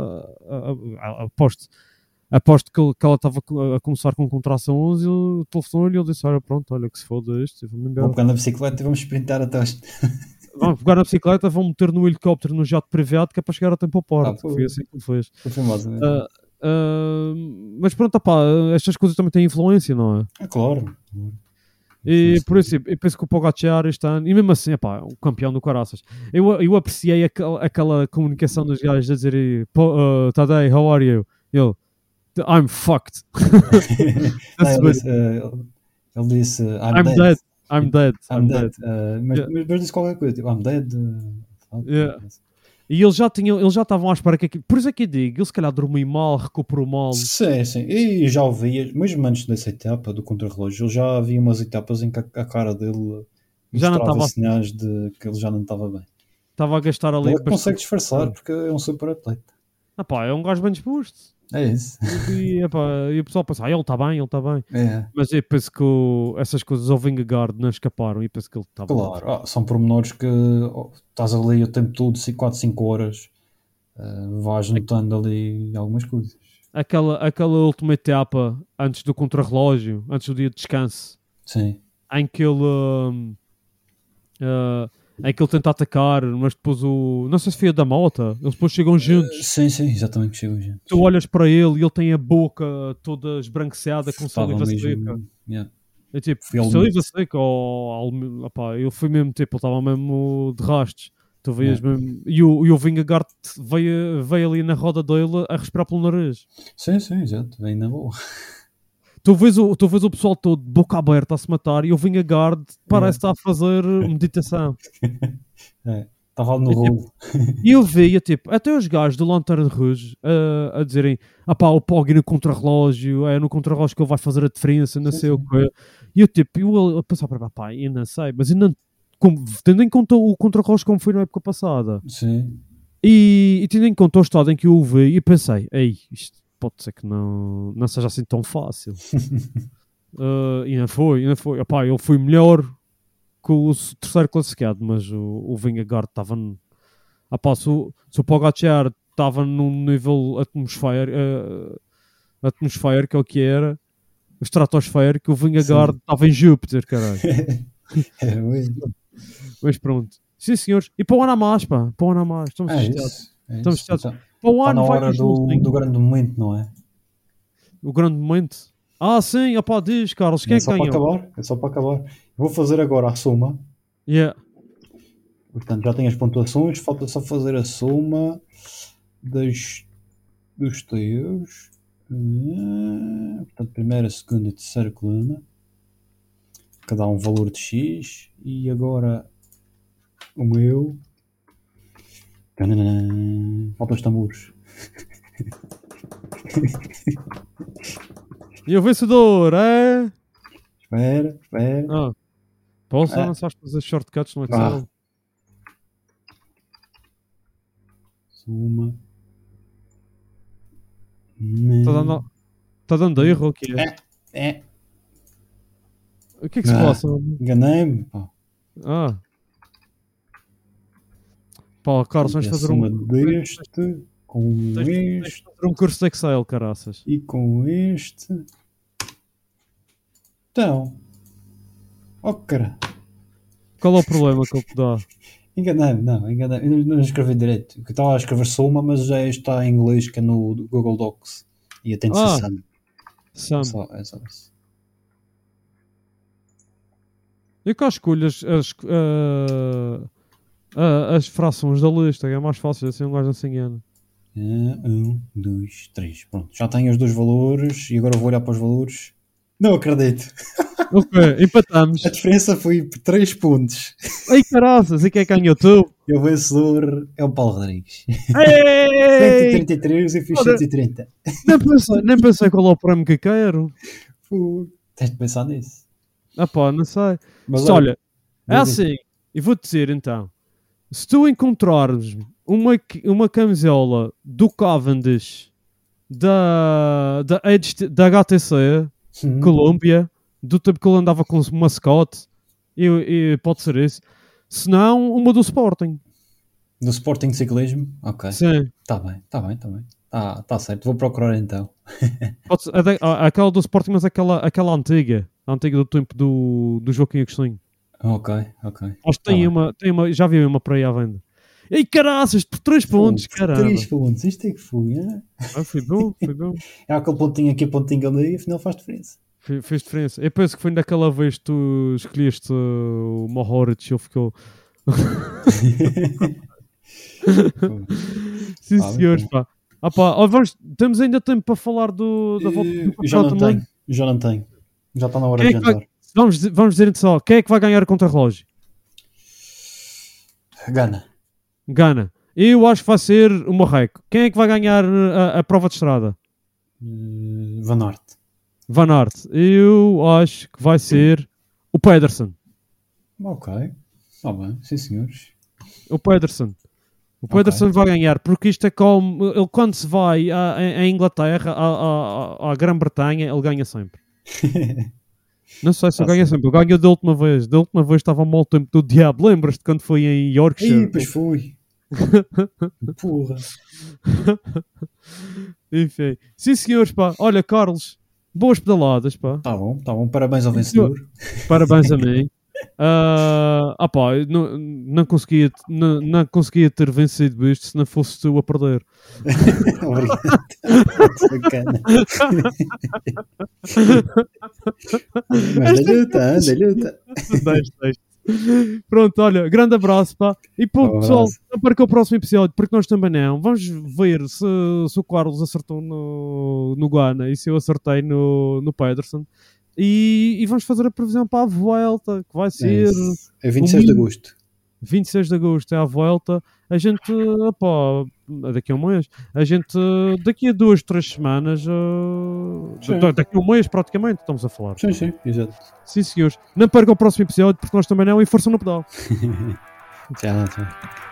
aposto que ela estava a começar com contrações e o telefone e ele disse, olha que se foda isto, vamos embora.
Vamos pegar na bicicleta e vamos sprintar até hoje.
Vamos pegar na bicicleta, vão meter no helicóptero no jato privado que é para chegar a tempo ao porto. Foi assim que ele fez.
Foi famoso mesmo.
Mas pronto, estas coisas também têm influência, não é?
Claro.
E por isso, eu penso que o Pogacar este ano, e mesmo assim, o campeão do Caraças, eu apreciei aquela comunicação dos gajos a dizer Tadej, how are you? Ele, I'm fucked.
Ele disse
I'm dead.
Mas disse qualquer coisa, tipo, I'm dead.
E eles já estavam à espera que aquilo... Por isso é que eu digo, ele se calhar dormiu mal, recuperou mal.
Sim. E já ouvia, mesmo antes dessa etapa do contrarrelógio, ele já havia umas etapas em que a cara dele
já não estava
sinais de que ele já não estava bem.
Estava a gastar ali...
Ele consegue disfarçar porque é um super atleta.
É um gajo bem disposto.
É isso.
E o pessoal pensa, ele está bem.
É.
Mas eu penso que essas coisas ao Vingegaard não escaparam e penso que ele estava bem.
Claro, são pormenores que estás ali o tempo todo, 4, 5 horas, vais notando ali algumas coisas.
Aquela última etapa antes do contrarrelógio, antes do dia de descanso,
sim,
em que é que ele tenta atacar, mas depois não sei se foi a da Mota, eles depois chegam juntos.
Sim, exatamente, chegam juntos.
Tu olhas para ele e ele tem a boca toda esbranqueada com
Estava
saliva
mesmo-
seca.
yeah.
É tipo,
Foi ele
saliva seca opá, ele foi mesmo tipo, ele estava mesmo de rastos. Tu veias mesmo. E o Vingegaard veio ali na roda dele a respirar pelo nariz.
Sim, exato, vem na boa.
Tu vês o pessoal todo de boca aberta a se matar e o Vingegaard parece estar a fazer meditação.
Estava no rolo.
E eu via, tipo, até os gajos do Lanterne Rouge a dizerem o Poggi no contrarrelógio, é no contrarrelógio que ele vai fazer a diferença, não sei o quê. E eu, tipo, eu pensava, eu não sei, mas ainda, tendo em conta o contrarrelógio como foi na época passada,
Sim.
e tendo em conta o estado em que eu o vi, e pensei, isto pode ser que não seja assim tão fácil. E não foi. Ele foi melhor que o terceiro classificado, mas o Vingegaard estava se o Pogacar estava num nível atmosfera, que é o que era, o estratosfera, que o Vingegaard estava em Júpiter, caralho.
Era mesmo.
Mas pronto. Sim, senhores. E para o ano a mais, pá. Para o ano a mais. Estamos chateados. Estamos chateados.
Então,
Para o
está
ano
na
vai
hora do grande momento, não é?
o grande momento. Sim, diz, Carlos. Quem é que
só para
ganhou?
acabar. É só para acabar. Vou fazer agora a soma.
Yeah.
Portanto, já tenho as pontuações. Falta só fazer a soma dos teus. Portanto, primeira, segunda e terceira coluna. Cada um valor de X. E agora o meu. Falta os tambores.
E o vencedor é...
Espera.
Posso? Não sabes fazer shortcuts no Excel?
Soma.
Está dando erro o que é? O que é que se passa?
Enganei-me.
Carlos, vamos fazer
soma deste com este
fazer um curso de Excel, caraças.
e com este. Então, cara.
Qual é o problema que ele te dá?
Enganei-me. Eu não escrevi direito. Eu estava a escrever soma, mas já está em inglês, que é no Google Docs. E eu tenho de ser Sam. É só isso.
Eu cá escolho as frações da lista, é mais fácil, assim um gajo não se engana.
1, 2, 3. Pronto, já tenho os dois valores e agora vou olhar para os valores. Não acredito.
Ok, empatamos.
A diferença foi por 3 pontos.
Ai caraças, e quem é que ganhou tu?
E o vencedor é o Paulo Rodrigues.
Ei!
133 e fiz 130.
Nem pensei qual é o prémio que quero.
Tens de pensar nisso.
Não sei.
Mas
olha, é assim, e vou-te dizer então, se tu encontrares uma camisola do Cavendish da HTC Colômbia, do tempo que ele andava com o mascote, e pode ser isso, se não, uma do Sporting.
Do Sporting Ciclismo? Ok.
Sim.
Está bem. Tá certo, vou procurar então.
Pode ser, aquela do Sporting, mas aquela antiga. A antiga do tempo do Joaquim Agostinho.
Ok.
Acho que tem uma, já vi uma para aí à venda. Ei, caraças, por 3 pontos, caramba.
3 pontos, isto é que foi,
Foi bom.
É aquele pontinho aqui, pontinho ali, afinal faz diferença.
Fez diferença. Eu penso que foi daquela vez que tu escolheste o Mohoric, ele ficou... Sim, senhores, pá. Temos ainda tempo para falar da volta do campeonato.
Já não tenho. Já está na hora de jantar.
Vamos dizer só, quem é que vai ganhar a contrarrelógio? Gana. Eu acho que vai ser o Marreco. Quem é que vai ganhar a prova de estrada? Van Aert. Eu acho que vai ser o Pedersen.
Ok. Está bem, sim senhores.
O Pedersen. O Pedersen vai ganhar, porque isto é como... Ele quando se vai à Inglaterra, à Grã-Bretanha, ele ganha sempre. Não sei se ele ganha sempre. Ele ganhou da última vez. Da última vez estava mal o tempo do diabo. Lembras-te quando foi em Yorkshire?
Pois foi. Porra.
Enfim. Sim, senhores, pá. Olha, Carlos, boas pedaladas, pá.
Tá bom. Parabéns ao vencedor.
Parabéns a mim. Não conseguia ter vencido isto se não fosse tu a perder.
Obrigado. Bacana. Mas da luta.
Pronto, olha, grande abraço, pá. E pô, pessoal, não perca o próximo episódio, porque nós também não. Vamos ver se o Carlos acertou no Ghana e se eu acertei no Pedersen. E vamos fazer a previsão para a volta, que vai ser...
É 26 de agosto.
26 de agosto é a volta. A gente, daqui a um mês, daqui a 2-3 semanas, daqui a um mês praticamente, estamos a falar.
Sim, exato.
Sim, senhores. Não perca o próximo episódio, porque nós também não, e força no pedal.
Tchau.